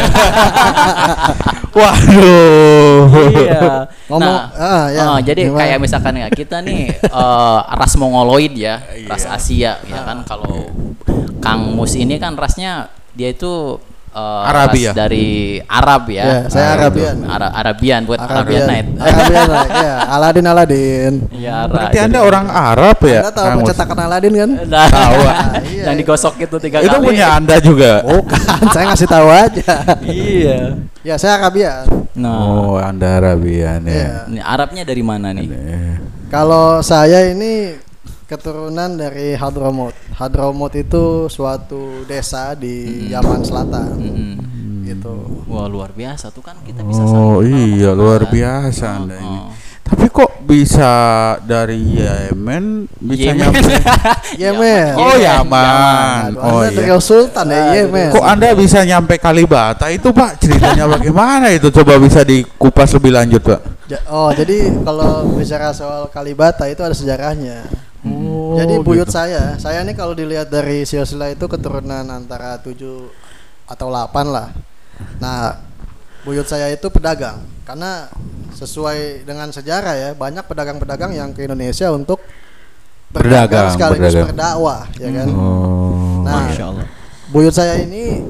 S2: Waduh.
S3: Iya.
S1: Ngomong, ah, ya.
S3: eh, jadi
S1: Gimana?
S3: kayak misalkan ya kita nih eh, ras Mongoloid ya, ras
S2: Iya.
S3: Asia ya kan. Kalau Kang Mus ini kan rasnya dia itu eh,
S2: Arabi
S3: ras
S2: ya?
S3: dari Arab ya.
S1: Ya, saya
S2: Ah,
S1: Arabian.
S3: Ara- Arabian buat Arabian Night.
S1: Arabian Night, ya. Aladin Aladin.
S3: Iya, Ara-
S2: Berarti
S3: jadi-
S2: Anda orang Arab ya?
S1: Anda tahu
S2: Kang Mus?
S1: percetakan Aladin kan?
S3: Nah,
S2: Tahu, ah.
S1: iya,
S3: yang
S1: iya.
S3: digosok itu tiga
S2: Itu
S3: kali.
S2: punya Anda juga.
S1: Bukan, saya ngasih tahu aja.
S3: Iya.
S1: Ya, saya Arabian.
S3: Nah,
S2: Oh, Anda Arabian ya.
S1: Iya.
S3: ini Arabnya dari mana nih?
S2: Eh,
S1: Kalau saya ini keturunan dari Hadramaut. Hadramaut itu suatu desa di Yaman Selatan.
S3: Mm-mm.
S1: Gitu.
S3: Wah, luar biasa tuh kan kita bisa
S2: Oh
S3: saling kenal
S2: iya
S3: mengenal,
S2: luar
S3: kan?
S2: biasa
S3: Oh,
S2: Anda ini.
S3: oh.
S2: Tapi kok bisa dari Yemen bisa
S3: Yemen.
S2: nyampe?
S1: Yemen.
S2: Oh Yaman.
S1: Aduh,
S2: Oh
S1: Anda dari
S2: iya.
S1: Sultan ya Yemen.
S2: Kok Anda bisa nyampe Kalibata itu Pak? Ceritanya bagaimana itu? Coba bisa dikupas lebih lanjut Pak.
S1: Ja- oh, jadi kalau bicara soal Kalibata itu ada sejarahnya.
S2: Oh,
S1: Jadi buyut
S2: gitu.
S1: saya, saya ini kalau dilihat dari silsilah itu keturunan antara tujuh atau delapan lah. Nah, buyut saya itu pedagang karena sesuai dengan sejarah ya, banyak pedagang-pedagang yang ke Indonesia untuk berdagang
S2: Berdagang,
S1: sekaligus
S2: berdagang.
S1: berdakwah, ya kan.
S2: Oh.
S1: Nah,
S3: Masya Allah.
S1: buyut saya ini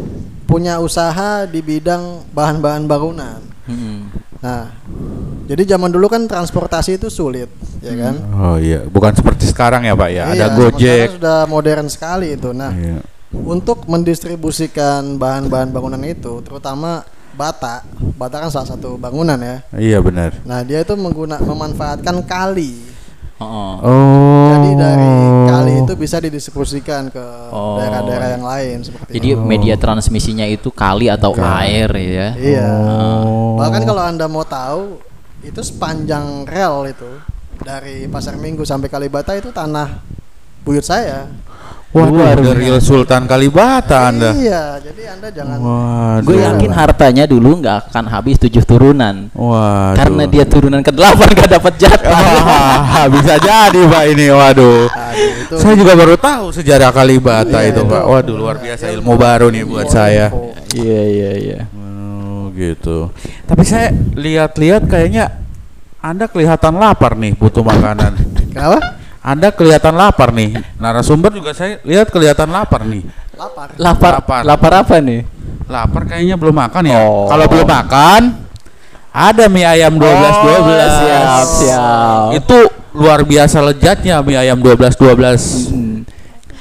S1: punya usaha di bidang bahan-bahan bangunan.
S3: Mm-mm.
S1: Nah, jadi zaman dulu kan transportasi itu sulit, ya kan.
S2: Oh iya, bukan seperti sekarang ya Pak ya.
S1: Iya,
S2: Ada
S1: sementara
S2: Gojek.
S1: sudah modern sekali itu. Nah,
S2: Iya.
S1: untuk mendistribusikan bahan-bahan bangunan itu, terutama bata, bata kan salah satu bangunan ya.
S2: Iya benar.
S1: Nah, dia itu mengguna memanfaatkan kali.
S3: Oh, oh.
S2: Oh.
S1: Jadi dari kali itu bisa didistribusikan ke
S3: Oh.
S1: daerah-daerah yang lain seperti
S3: Jadi
S1: itu.
S3: media transmisinya itu kali atau air ya.
S1: Iya.
S2: Oh.
S1: Bahkan kalau Anda mau tahu, itu sepanjang rel itu dari Pasar Minggu sampai Kalibata itu tanah buyut saya.
S2: Waduh,
S3: Luar
S2: dari Sultan Kalibata Anda.
S1: Iya, jadi Anda jangan
S2: Waduh.
S3: Gue yakin hartanya dulu nggak akan habis tujuh turunan.
S2: Waduh.
S3: Karena dia turunan ke delapan gak dapat jatah.
S2: Wah, bisa jadi Pak ini. Waduh.
S1: Aduh, itu
S2: Saya juga baru tahu sejarah Kalibata
S1: Iya,
S2: itu
S1: itu.
S2: Pak. Waduh, luar biasa ilmu baru nih buat saya.
S3: Iya iya iya.
S2: Oh, gitu. Tapi saya lihat-lihat kayaknya Anda kelihatan lapar nih, butuh makanan.
S1: Kenapa?
S2: Anda kelihatan lapar nih. Narasumber juga saya lihat kelihatan lapar nih.
S1: Lapar.
S3: Lapar,
S2: Lapar.
S3: lapar apa nih?
S2: Lapar kayaknya belum makan ya.
S3: Oh.
S2: Kalau belum makan ada mie ayam dua belas dua belas.
S3: Oh, siap, siap.
S2: Itu luar biasa lezatnya mie ayam dua belas dua belas.
S3: Hmm.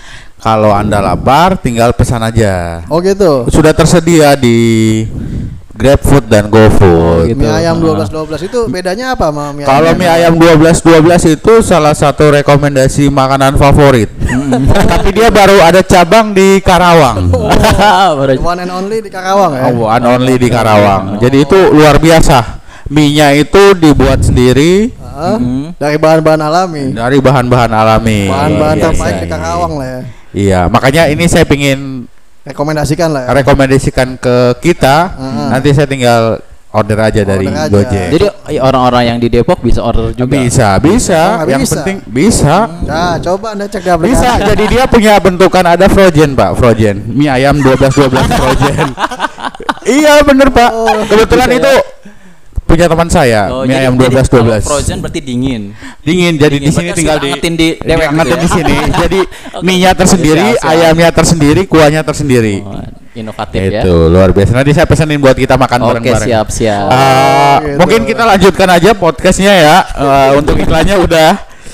S2: Kalau Anda lapar tinggal pesan aja.
S1: Oh gitu.
S2: Sudah tersedia di GrabFood dan GoFood.
S3: gitu.
S1: Mie ayam
S3: Ah.
S1: dua belas dua belas itu bedanya apa sama mie
S2: Kalau mie ayam dua belas dua belas itu salah satu rekomendasi makanan favorit. Tapi dia baru ada cabang di Karawang.
S3: Baru-
S1: One and only di Karawang ya?
S2: Oh, one only di Karawang. Jadi itu luar biasa. Mie-nya itu dibuat sendiri
S1: Ah,
S3: Mhm.
S1: dari bahan-bahan alami.
S2: dari bahan-bahan alami.
S1: Bahan-bahan
S2: Luar
S1: terbaik
S2: biasa.
S1: di Karawang lah ya.
S2: Iya, makanya ini saya pingin
S1: Rekomendasikan lah ya.
S2: rekomendasikan ke kita.
S1: Ah.
S2: Nanti saya tinggal order aja dari
S1: Order aja.
S2: Gojek.
S3: Jadi ya, orang-orang yang di Depok bisa order juga.
S2: bisa, bisa.
S1: Oh, nggak
S2: Yang
S1: bisa.
S2: penting bisa.
S1: Nah, coba Anda cek di aplikasi.
S2: Bisa. Jadi dia punya bentukan ada frozen, Pak, frozen. Mie ayam dua belas dua belas frozen. Iya, bener, Pak.
S1: Oh,
S2: Kebetulan
S3: bisa ya?
S2: itu punya teman saya,
S3: Oh,
S2: mie
S3: jadi-
S2: ayam dua belas
S3: jadi
S2: dua
S3: kalau
S2: belas.
S3: Frozen berarti dingin.
S2: Dingin, jadi di
S3: Dingin,
S2: sini
S3: berarti
S2: tinggal
S3: harus
S2: di
S3: diangetin di dewek
S2: diangetin
S3: gitu ya?
S2: di sini. Jadi
S3: Oke.
S2: mie-nya tersendiri,
S3: Siap, siap.
S2: ayamnya tersendiri, kuahnya tersendiri.
S3: Oh, inovatif ya.
S2: Itu luar biasa. Nanti saya pesenin buat kita makan
S3: Oke,
S2: bareng-bareng.
S3: siap, siap.
S2: Uh,
S1: Oh, gitu.
S2: Mungkin kita lanjutkan aja podcastnya ya. Uh, untuk iklannya udah.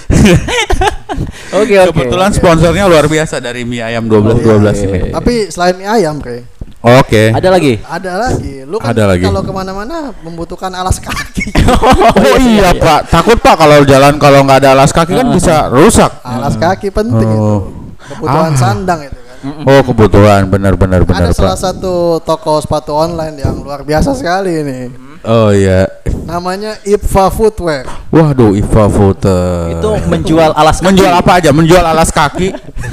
S3: Oke, oke.
S2: Kebetulan sponsornya luar biasa dari mie ayam dua belas dua belas
S3: Oke.
S2: ini.
S1: Tapi selain mie ayam, Bre,
S2: Oke.
S3: Ada lagi?
S1: ada lagi. Lu kan
S2: Ada lagi.
S1: kalau kemana-mana membutuhkan alas kaki.
S2: Oh iya Pak, takut Pak kalau jalan kalau nggak ada alas kaki kan bisa rusak.
S1: Alas kaki penting
S2: Oh.
S1: itu. Kebutuhan
S2: Ah.
S1: sandang itu kan.
S2: Oh kebutuhan, benar-benar benar
S1: Ada salah
S2: Pak.
S1: satu toko sepatu online yang luar biasa sekali ini.
S2: Oh iya.
S1: Namanya Ipva Footwear.
S2: Waduh, Iva Footer.
S3: Itu menjual alas kaki.
S2: menjual apa aja? Menjual alas kaki.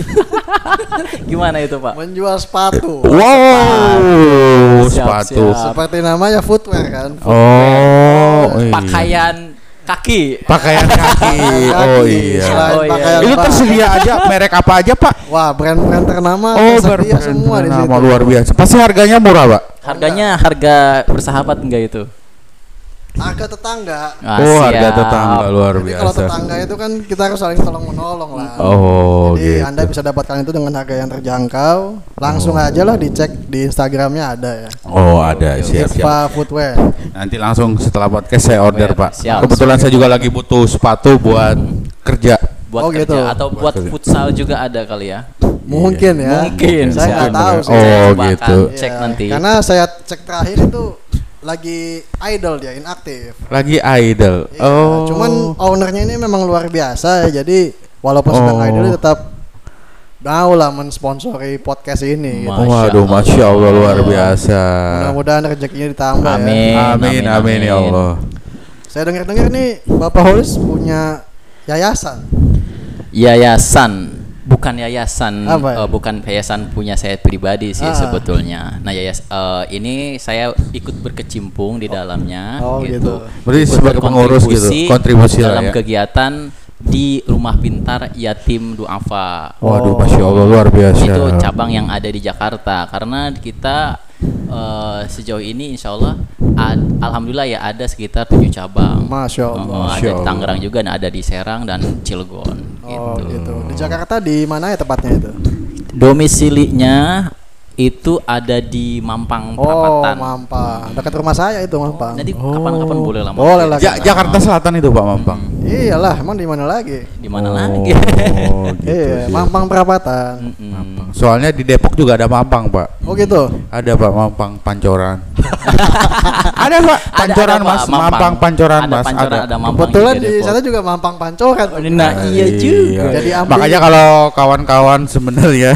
S3: Gimana itu, Pak?
S1: Menjual sepatu.
S2: Wow,
S3: Siap,
S2: sepatu.
S3: siap.
S1: Seperti namanya footwear kan.
S2: Oh, iya.
S3: Pakaian kaki.
S2: Pakaian kaki. Oh
S1: Kaki.
S2: iya.
S1: Selain
S3: Oh, iya.
S1: pakaian
S2: Itu
S1: pa-
S2: tersedia aja merek apa aja, Pak?
S1: Wah, brand-brand ternama
S2: Oh,
S1: tersedia
S2: berbrand
S1: semua di situ.
S2: nama luar biasa. Pasti harganya murah, Pak.
S3: Harganya harga bersahabat enggak itu?
S1: Harga tetangga.
S3: Ah,
S2: Oh, harga
S3: siap.
S2: tetangga luar
S1: Jadi kalau
S2: biasa.
S1: tetangga itu kan kita harus saling tolong menolong lah.
S2: Oh,
S1: Jadi
S2: gitu.
S1: Anda bisa dapatkan itu dengan harga yang terjangkau. Langsung aja lah dicek di Instagramnya ada ya.
S2: Oh, ada. Siap, siap.
S1: Ipva Footwear.
S2: Nanti langsung setelah podcast saya order, Pak.
S3: Siap.
S2: Kebetulan saya juga lagi butuh sepatu buat kerja.
S3: Buat
S1: Oh,
S3: kerja
S1: gitu.
S3: atau buat
S2: kerja.
S3: futsal juga ada kali ya.
S1: Mungkin ya.
S3: Mungkin.
S1: Saya nggak
S3: Siap.
S1: tahu sih.
S2: Oh,
S3: Saya coba
S2: gitu.
S3: akan cek
S1: Iya,
S3: nanti.
S1: Karena saya cek terakhir itu lagi idle dia, inaktif.
S2: Lagi idol.
S1: Iya,
S2: Oh.
S1: Cuman ownernya ini memang luar biasa ya. Jadi walaupun sedang
S2: Oh.
S1: idle tetap mau lah mensponsori podcast ini. Gitu.
S3: Masya
S2: Waduh, masya Allah luar
S3: Allah.
S2: biasa.
S1: Mudah-mudahan rezekinya ditambah ya.
S3: Amin.
S2: Amin, amin ya Allah.
S1: Saya dengar-dengar nih Bapak Holis punya yayasan.
S3: Yayasan, bukan yayasan,
S1: Apa ya?
S3: eh, bukan yayasan punya saya pribadi sih
S1: Ah.
S3: sebetulnya. Nah, yayas eh, ini saya ikut berkecimpung di dalamnya,
S1: Oh, gitu.
S2: Berarti
S3: Ikut
S2: sebagai pengurus gitu,
S3: berkontribusi
S2: kontribusi lah
S3: dalam
S2: ya.
S3: kegiatan di Rumah Pintar Yatim Duafa.
S2: Waduh,
S1: Oh.
S2: masya Allah luar biasa.
S3: Itu cabang yang ada di Jakarta karena kita eh, sejauh ini insya Allah ad- alhamdulillah ya ada sekitar tujuh cabang.
S1: Masya Allah.
S3: Oh,
S2: Masya
S3: ada di
S2: Allah.
S3: Tangerang juga, nah, ada di Serang dan Cilegon.
S1: Oh
S3: gitu.
S1: gitu. Di Jakarta di mana ya tepatnya itu?
S3: Domisilinya itu ada di Mampang
S1: Oh,
S3: Perapatan.
S1: Mampang. Dekat rumah saya itu Mampang.
S3: Nanti kapan-kapan boleh lah.
S1: Boleh lah.
S2: Ja- Jakarta Selatan itu Pak Mampang.
S1: Iyalah, emang di mana lagi?
S3: Di mana lagi?
S2: Oh, gitu.
S1: Iya,
S2: sih.
S1: Mampang Perapatan.
S3: Mm-mm.
S2: Soalnya di Depok juga ada Mampang, Pak.
S1: Oh gitu.
S2: Ada Pak Mampang Pancoran. ada Pak Pancoran
S3: Ada, ada,
S2: Mas,
S3: Pak,
S2: Mampang Pancoran
S3: ada
S2: Mas,
S3: Pancoran,
S2: ada.
S3: ada Mampang
S1: Kebetulan
S3: juga
S1: di
S3: Depok.
S1: sana juga Mampang Pancoran.
S3: Oh, nah iya juga.
S1: Jadi ambil-
S2: Makanya kalau kawan-kawan sebenarnya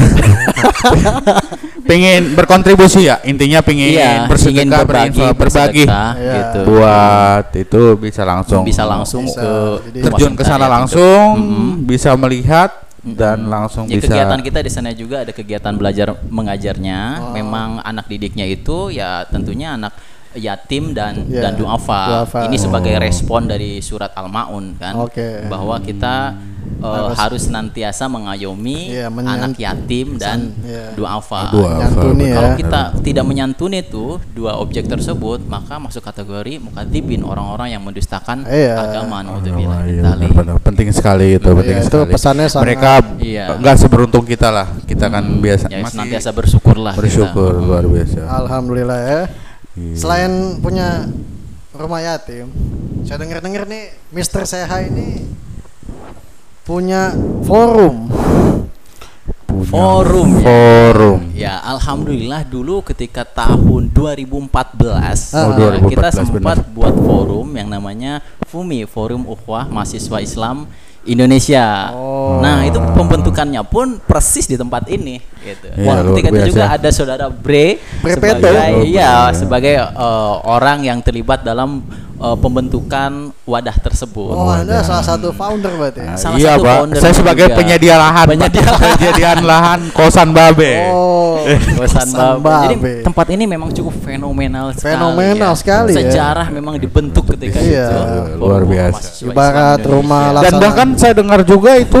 S2: pengen berkontribusi ya, intinya pengen
S3: Iya, ingin
S2: bersedekah,
S3: berbagi,
S2: berinfo, berbagi
S3: bersedekah,
S1: Iya.
S3: gitu.
S2: buat itu bisa langsung
S3: Bisa langsung
S1: Bisa.
S3: ke
S1: Jadi
S2: terjun ke sana
S3: Washington ya,
S2: langsung,
S3: Mm-mm.
S2: bisa melihat
S3: Mm-mm.
S2: dan langsung
S3: Ya,
S2: bisa.
S3: kegiatan kita di sana juga ada kegiatan belajar mengajarnya.
S1: Oh.
S3: Memang anak didiknya itu ya tentunya anak yatim dan
S1: Ya,
S3: dan duafa.
S1: duafa.
S3: Ini sebagai
S2: Oh.
S3: respon dari surat Al-Maun kan,
S1: Oke.
S3: bahwa kita uh,
S1: Harus-
S3: harus senantiasa mengayomi
S1: Iya, menyan-
S3: anak yatim dan
S1: Iya.
S3: duafa.
S2: Duafa,
S1: Menyantuni ya.
S3: Kalau
S2: benar.
S3: kita tidak menyantuni tuh dua objek tersebut, maka masuk kategori mukadzibin, orang-orang yang mendustakan
S1: Iya.
S3: agama.
S2: Oh,
S3: Naudzubillah
S2: iya,
S3: min dzalik.
S2: benar-benar. Penting sekali itu, penting
S1: Iya, itu
S2: sekali.
S1: pesannya sangat-
S2: Mereka
S3: Iya.
S2: nggak seberuntung kita lah. Kita kan biasa
S3: Ya,
S2: masih
S3: senantiasa bersyukurlah kita.
S2: bersyukur luar biasa.
S1: Alhamdulillah ya.
S2: Iya.
S1: Selain punya rumah yatim, saya dengar-dengar nih Mister Seha ini punya forum.
S2: Punya
S3: Forum. Ya.
S2: Forum.
S3: Ya, alhamdulillah dulu ketika tahun dua ribu empat belas
S2: Oh,
S3: nah,
S2: dua ribu empat belas,
S3: kita sempat
S2: benar.
S3: buat forum yang namanya F U M I, Forum Ukhuwah Mahasiswa Islam Indonesia.
S1: Oh.
S3: Nah, itu pembentukannya pun persis di tempat ini gitu.
S2: Iya,
S3: Wah,
S2: luar
S3: ketika itu
S2: biasa.
S3: juga ada saudara Bre
S1: Bre
S3: sebagai
S1: Peto.
S3: iya sebagai uh, orang yang terlibat dalam uh, pembentukan wadah tersebut.
S1: Oh, Anda salah satu founder berarti.
S2: Nah,
S3: Salah
S2: iya
S3: satu
S2: Pak,
S3: founder
S2: saya sebagai
S3: juga.
S2: penyedia lahan.
S3: Penyedia
S2: Pak. Penyediaan lahan kosan Babe.
S1: Oh,
S3: Kosan
S1: Kosan
S3: Babe. Jadi
S1: Babe.
S3: tempat ini memang cukup fenomenal sekali.
S1: Fenomenal
S3: ya.
S1: sekali ya.
S3: Sejarah memang dibentuk ketika
S1: Iya,
S3: itu.
S2: luar
S3: Forum
S2: biasa.
S3: Mahasiswa
S1: Ibarat
S3: Islam
S1: rumah
S3: Indonesia.
S2: Dan
S1: laksana.
S2: bahkan saya dengar juga itu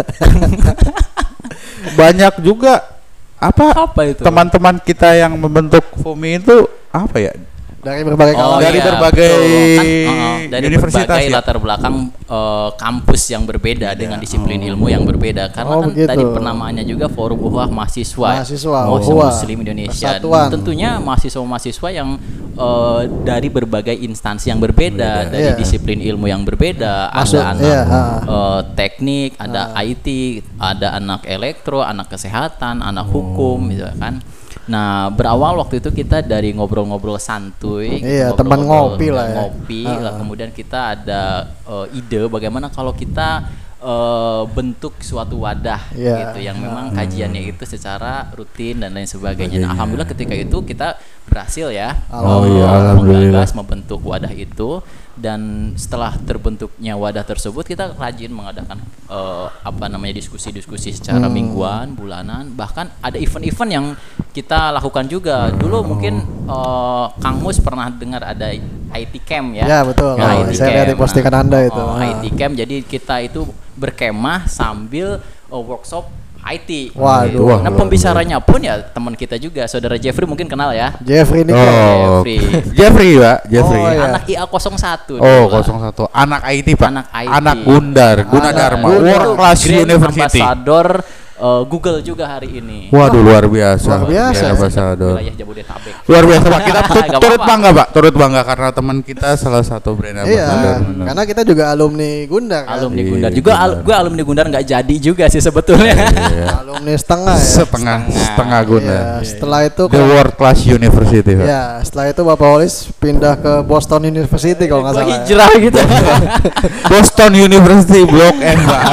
S2: banyak juga apa
S3: Apa itu?
S2: teman-teman kita yang membentuk F U M I itu apa ya?
S1: Dari berbagai
S3: Oh,
S1: kalangan.
S2: dari
S3: iya,
S2: berbagai
S3: betul. Kan, uh, dari
S2: universitas
S3: berbagai
S2: ya?
S3: latar belakang uh, kampus yang berbeda dengan disiplin ilmu yang berbeda karena
S1: Oh,
S3: kan
S1: begitu.
S3: tadi penamaannya juga Forum Ukhuwah Mahasiswa
S1: Mahasiswa,
S3: Mahasiswa
S1: Ukhuwah.
S3: Muslim Indonesia.
S1: Persatuan.
S3: Tentunya mahasiswa-mahasiswa yang uh, dari berbagai instansi yang berbeda, dari
S1: Iya.
S3: disiplin ilmu yang berbeda,
S1: Masuk,
S3: ada anak
S1: iya, ha.
S3: uh, teknik, ada I T, ada anak elektro, anak kesehatan, anak hukum gitu kan. Nah, berawal waktu itu kita dari ngobrol-ngobrol santuy,
S1: Iya,
S3: ngobrol-ngobrol
S1: teman ngopi lah ya.
S3: Ngopi,
S1: Ah.
S3: lah kemudian kita ada uh, ide bagaimana kalau kita uh, bentuk suatu wadah
S1: Iya.
S3: gitu yang memang kajiannya itu secara rutin dan lain sebagainya. Nah, alhamdulillah ketika itu kita berhasil ya
S1: Oh,
S3: uh,
S2: iya, alhamdulillah.
S3: menggagas membentuk wadah itu. Dan setelah terbentuknya wadah tersebut kita rajin mengadakan uh, apa namanya diskusi-diskusi secara
S1: Hmm.
S3: mingguan, bulanan, bahkan ada event-event yang kita lakukan juga. Dulu mungkin uh, Kang Mus pernah dengar ada I T Camp ya.
S1: Ya, betul.
S3: Nah,
S1: Oh,
S3: I T
S1: saya lihat di
S3: Camp.
S1: postingan Anda
S3: Nah,
S1: itu.
S3: oh,
S1: Ah.
S3: I T Camp, jadi kita itu berkemah sambil uh, workshop I T.
S1: Waduh.
S3: Nah, pembicaranya pun ya teman kita juga, saudara Jeffrey mungkin kenal ya.
S1: Jeffrey ini kan.
S2: Oh,
S3: Jeffrey.
S2: Jeffrey Pak, Jeffrey.
S1: Oh, iya.
S3: Anak I A nol satu.
S2: Oh,
S3: dulu, Pak.
S2: nol satu. Anak I T Pak.
S3: Anak I T.
S2: Anak Gundar, Gunadarma,
S1: Gundar.
S2: World Class
S3: Grand
S2: University.
S3: Ambassador uh, Google juga hari ini.
S2: Waduh, luar biasa.
S1: Luar biasa.
S2: Iya, Ambassador.
S3: Wilayah Jabodetabek.
S2: Luar biasa Pak. Kita tu-
S3: Nggak
S2: turut
S3: apa-apa.
S2: bangga Pak, turut bangga karena teman kita salah satu brand
S1: Iya,
S2: ambassador. benar.
S1: karena kita juga alumni Gundar kan.
S3: Alumni
S2: Iya,
S3: Gundar juga. Al-
S2: benar.
S3: gue alumni Gundar nggak jadi juga sih sebetulnya.
S2: Iya.
S1: Alumni setengah ya.
S2: Setengah setengah Gundar.
S1: Iya, setelah itu
S2: The World Class University Pak.
S1: ya, setelah itu Bapak Holis pindah ke Boston University kalau nggak
S3: Gua
S1: salah. ya.
S3: hijrah gitu.
S2: Boston University Block N Pak.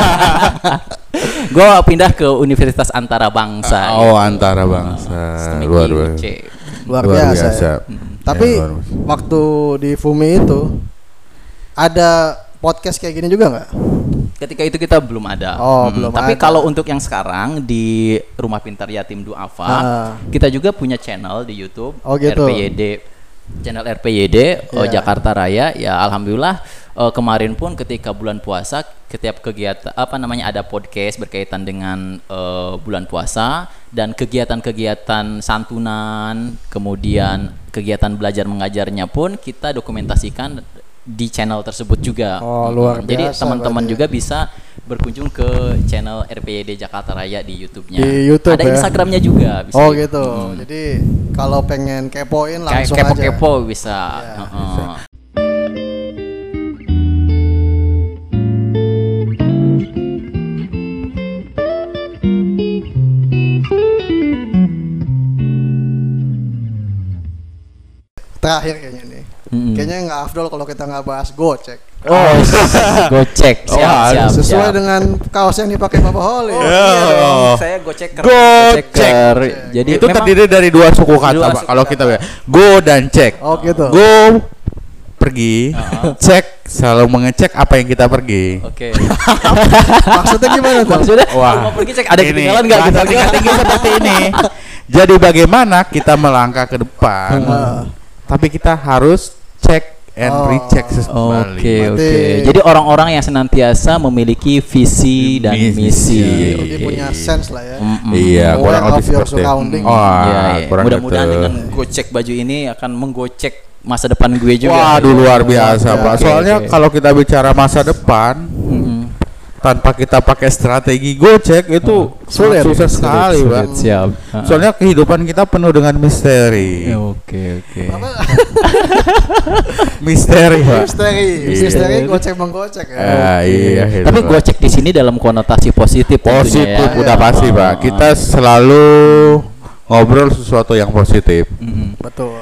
S3: Gue pindah ke Universitas Antara Bangsa.
S2: Oh, antara bangsa.
S3: Sistemik
S2: Luar
S3: I U
S2: biasa.
S3: C.
S1: Luar
S2: Luar
S1: biasa.
S2: biasa.
S1: ya. Tapi
S2: Ya, luar biasa.
S1: waktu di F U M I itu ada podcast kayak gini juga nggak?
S3: Ketika itu kita belum ada.
S1: Oh, belum
S3: Tapi
S1: ada.
S3: kalau untuk yang sekarang di Rumah Pintar Yatim Duafa,
S1: Ah.
S3: kita juga punya channel di YouTube.
S1: Oh, gitu.
S3: R P Y D, channel R P Y D oh,
S1: Iya.
S3: Jakarta Raya. Ya alhamdulillah eh, kemarin pun ketika bulan puasa, setiap kegiatan apa namanya ada podcast berkaitan dengan eh, bulan puasa dan kegiatan-kegiatan santunan, kemudian kegiatan belajar mengajarnya pun kita dokumentasikan di channel tersebut juga.
S1: Oh, luar
S3: Hmm, Jadi
S1: biasa
S3: teman-teman
S1: berarti.
S3: juga bisa berkunjung ke channel R P Y D Jakarta Raya di YouTube-nya.
S1: Di YouTube
S3: Ada
S1: ya?
S3: Instagramnya juga. Bisa
S1: Oh
S3: di-
S1: gitu.
S3: Hmm.
S1: Jadi kalau pengen kepoin
S3: Kayak
S1: langsung
S3: kepo-kepo
S1: aja.
S3: bisa.
S1: Iya,
S3: Heeh.
S1: Terakhir kayaknya nih.
S3: Mm-mm.
S1: Kayaknya nggak afdol kalau kita nggak bahas gocek.
S3: Oh, gocek. Siap,
S2: Oh,
S3: siap,
S1: Sesuai
S3: siap.
S1: dengan kaos yang dipakai Bapak Holly.
S3: Oh,
S2: Ya.
S3: iya dong. Saya goceker.
S2: Gocek.
S3: Goceker. Jadi
S2: Itu
S3: memang
S2: terdiri dari dua suku kata
S3: Dua
S2: Pak.
S3: suku
S2: Kalau
S3: kata.
S2: kita ya, go dan cek.
S1: Oh gitu.
S2: Go pergi, cek selalu mengecek apa yang kita pergi.
S3: Oke.
S1: Maksudnya gimana tuh?
S3: Maksudnya
S2: Wah,
S3: mau pergi cek ada
S2: ini,
S3: ketinggalan enggak gitu.
S2: bahasa tinggi-tinggi seperti ini. Jadi bagaimana kita melangkah ke depan,
S1: Ah.
S2: tapi kita harus cek and
S1: Oh.
S2: recheck
S3: Oke,
S2: kembali.
S3: oke.
S1: Berarti-
S3: Jadi orang-orang yang senantiasa memiliki visi dan
S2: Misi.
S3: misi.
S1: Jadi
S3: Oke.
S1: punya sense lah ya.
S3: Mm-mm.
S2: Iya,
S1: Aware
S2: kurang
S1: of
S2: lebih
S1: your
S2: seperti itu.
S1: surrounding.
S2: Oh,
S3: Iya, iya.
S2: kurang
S3: Mudah-mudahan
S2: gitu.
S3: dengan gocek baju ini akan menggocek masa depan gue juga.
S2: Waduh, luar biasa
S1: Oke,
S2: Pak.
S3: oke,
S2: Soalnya
S3: oke.
S2: kalau kita bicara masa depan,
S3: Mm-mm.
S2: tanpa kita pakai strategi Gojek itu
S1: Sulit.
S2: sangat susah sekali,
S3: Sulit,
S2: Pak.
S3: sulit, siap.
S2: Soalnya kehidupan kita penuh dengan misteri.
S3: Ya, oke oke.
S2: Misteri, Pak.
S1: Misteri,
S2: Iya.
S1: misteri gocek menggocek ya.
S2: Ah, iya, itu,
S3: Tapi
S2: Pak.
S3: Gojek di sini dalam konotasi positif tentunya
S2: Positif
S3: ya.
S2: udah pasti,
S3: Oh,
S2: Pak.
S3: oh,
S2: Kita selalu ngobrol sesuatu yang positif.
S3: Mm-mm.
S1: Betul.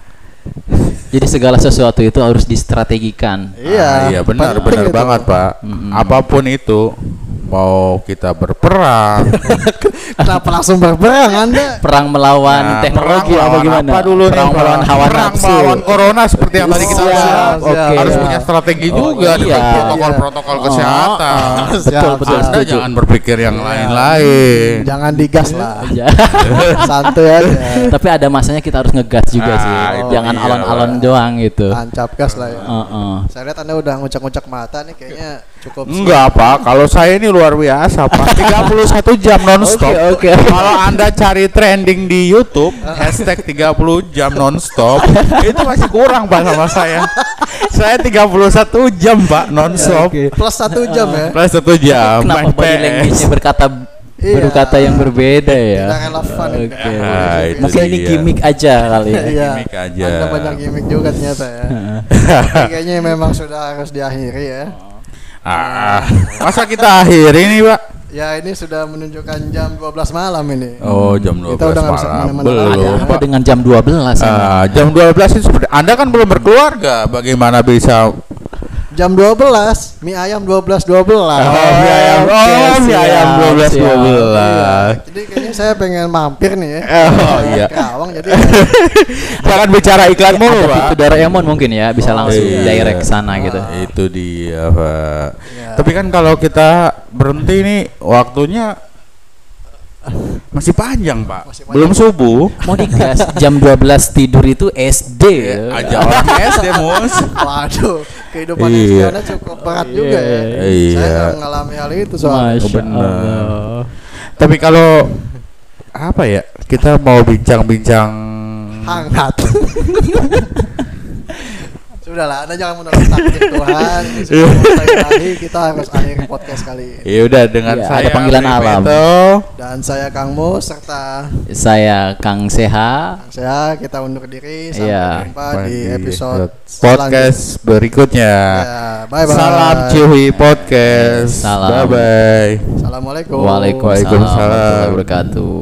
S3: Jadi segala sesuatu itu harus distrategikan.
S1: Iya.
S2: Ah, iya benar
S1: penting
S2: benar
S1: itu.
S2: banget, Pak.
S3: Mm-mm.
S2: Apapun itu, mau kita berperang,
S1: Kenapa langsung berperang Anda?
S3: Perang melawan
S2: nah,
S3: teknologi
S2: perang
S3: apa
S2: melawan
S3: gimana?
S2: apa dulu nih,
S3: Perang
S2: Pak?
S3: melawan hawa
S2: Perang
S3: nafsu.
S2: melawan corona seperti yang tadi kita
S3: Siap,
S2: bahas.
S3: oke.
S2: Harus
S1: Iya.
S2: punya strategi
S3: Oh,
S2: juga
S3: iya.
S2: dengan protokol-protokol
S3: Oh,
S2: kesehatan.
S3: oh, betul
S1: Siap,
S3: betul
S1: siap.
S2: Anda
S3: setuju.
S2: jangan berpikir yang lain-lain.
S1: Jangan digas lah.
S3: Ya.
S1: Santuy aja.
S3: Tapi ada masanya kita harus ngegas juga
S2: Ah,
S3: sih.
S2: itu
S3: Jangan
S2: dia,
S3: alon-alon
S2: Pak.
S3: doang gitu.
S1: Tancap gas lah ya.
S3: Heeh.
S1: Saya lihat Anda udah ngucak-ngucak mata nih kayaknya cukup.
S2: Enggak, Pak. Kalau saya ini luar biasa, Pak. tiga puluh satu jam nonstop.
S3: Oke, oke.
S2: Kalau Anda cari trending di YouTube, hashtag tiga puluh jam nonstop, itu masih kurang, Pak, sama saya. Saya tiga puluh satu jam, Pak, nonstop.
S3: Oke.
S1: Plus satu jam ya.
S2: Plus satu jam
S3: Kenapa
S2: main
S3: body
S2: P S.
S3: language-nya berkata
S1: Iya.
S3: berkata yang berbeda ya?
S1: Tidak relevan.
S3: Oke.
S2: Ah, itu
S3: Mungkin ini
S2: dia.
S3: gimmick aja kali ya.
S1: Iya.
S2: Gimik aja.
S1: Anda banyak gimmick juga ternyata ya. Tapi kayaknya memang sudah harus diakhiri ya.
S2: Ah, masa kita akhiri nih, Pak?
S1: Ya ini sudah menunjukkan jam dua belas malam ini.
S2: Oh, jam dua
S1: Kita
S2: belas
S1: udah nggak bisa
S2: malam.
S1: kemana-mana
S2: Belum,
S1: lagi ya.
S3: Apa
S2: Pak.
S3: dengan jam dua belas emang?
S2: Ah, jam dua belas itu seperti Anda kan belum berkeluarga, bagaimana bisa
S1: Jam dua belas, mie ayam dua belas dua belas.
S2: Oh, mie ayam.
S3: Oke,
S2: Oh, mie
S3: siap,
S2: ayam dua belas
S3: siap.
S2: dua belas.
S1: Jadi kayaknya saya pengen mampir nih ya.
S2: Oh, iya.
S1: Kerawang jadi
S2: Jangan bicara iklan mulu,
S3: Ada
S2: Pak.
S3: pintu Doraemon mungkin ya, bisa langsung
S2: iya.
S3: direct sana gitu.
S2: Itu dia, Pak.
S1: Ya.
S2: Tapi kan kalau kita berhenti nih waktunya masih panjang, Pak.
S1: Masih panjang.
S2: Belum subuh.
S3: Mau digas jam dua belas tidur itu S D ya.
S2: Aja orang S D, Mus.
S1: waduh, kehidupan
S2: Iya.
S1: Anda cukup berat juga ya.
S2: Iya.
S1: Saya nggak mengalami hal itu soalnya.
S3: Masya
S2: benar.
S3: Allah.
S2: Tapi kalau apa ya? Kita mau bincang-bincang
S1: Hangat. Sudahlah, Anda jangan menolak takdir Tuhan. Ini sudah mulai ilahi, kita harus akhiri podcast kali ini.
S2: Ya udah dengan
S3: Iya,
S2: saya
S3: ada panggilan
S2: Pri
S3: alam.
S2: Beto.
S1: Dan saya Kang Mus serta
S3: Saya Kang Seha.
S1: saya kita undur diri sampai
S3: Iya.
S1: jumpa di episode
S2: podcast berikutnya.
S1: selanjutnya. Ya, bye bye.
S2: Salam Cihui Podcast.
S3: Salam.
S2: Bye bye.
S1: Assalamualaikum.
S3: Waalaikumsalam
S2: Waalaikumsalam.
S3: warahmatullahi wabarakatuh.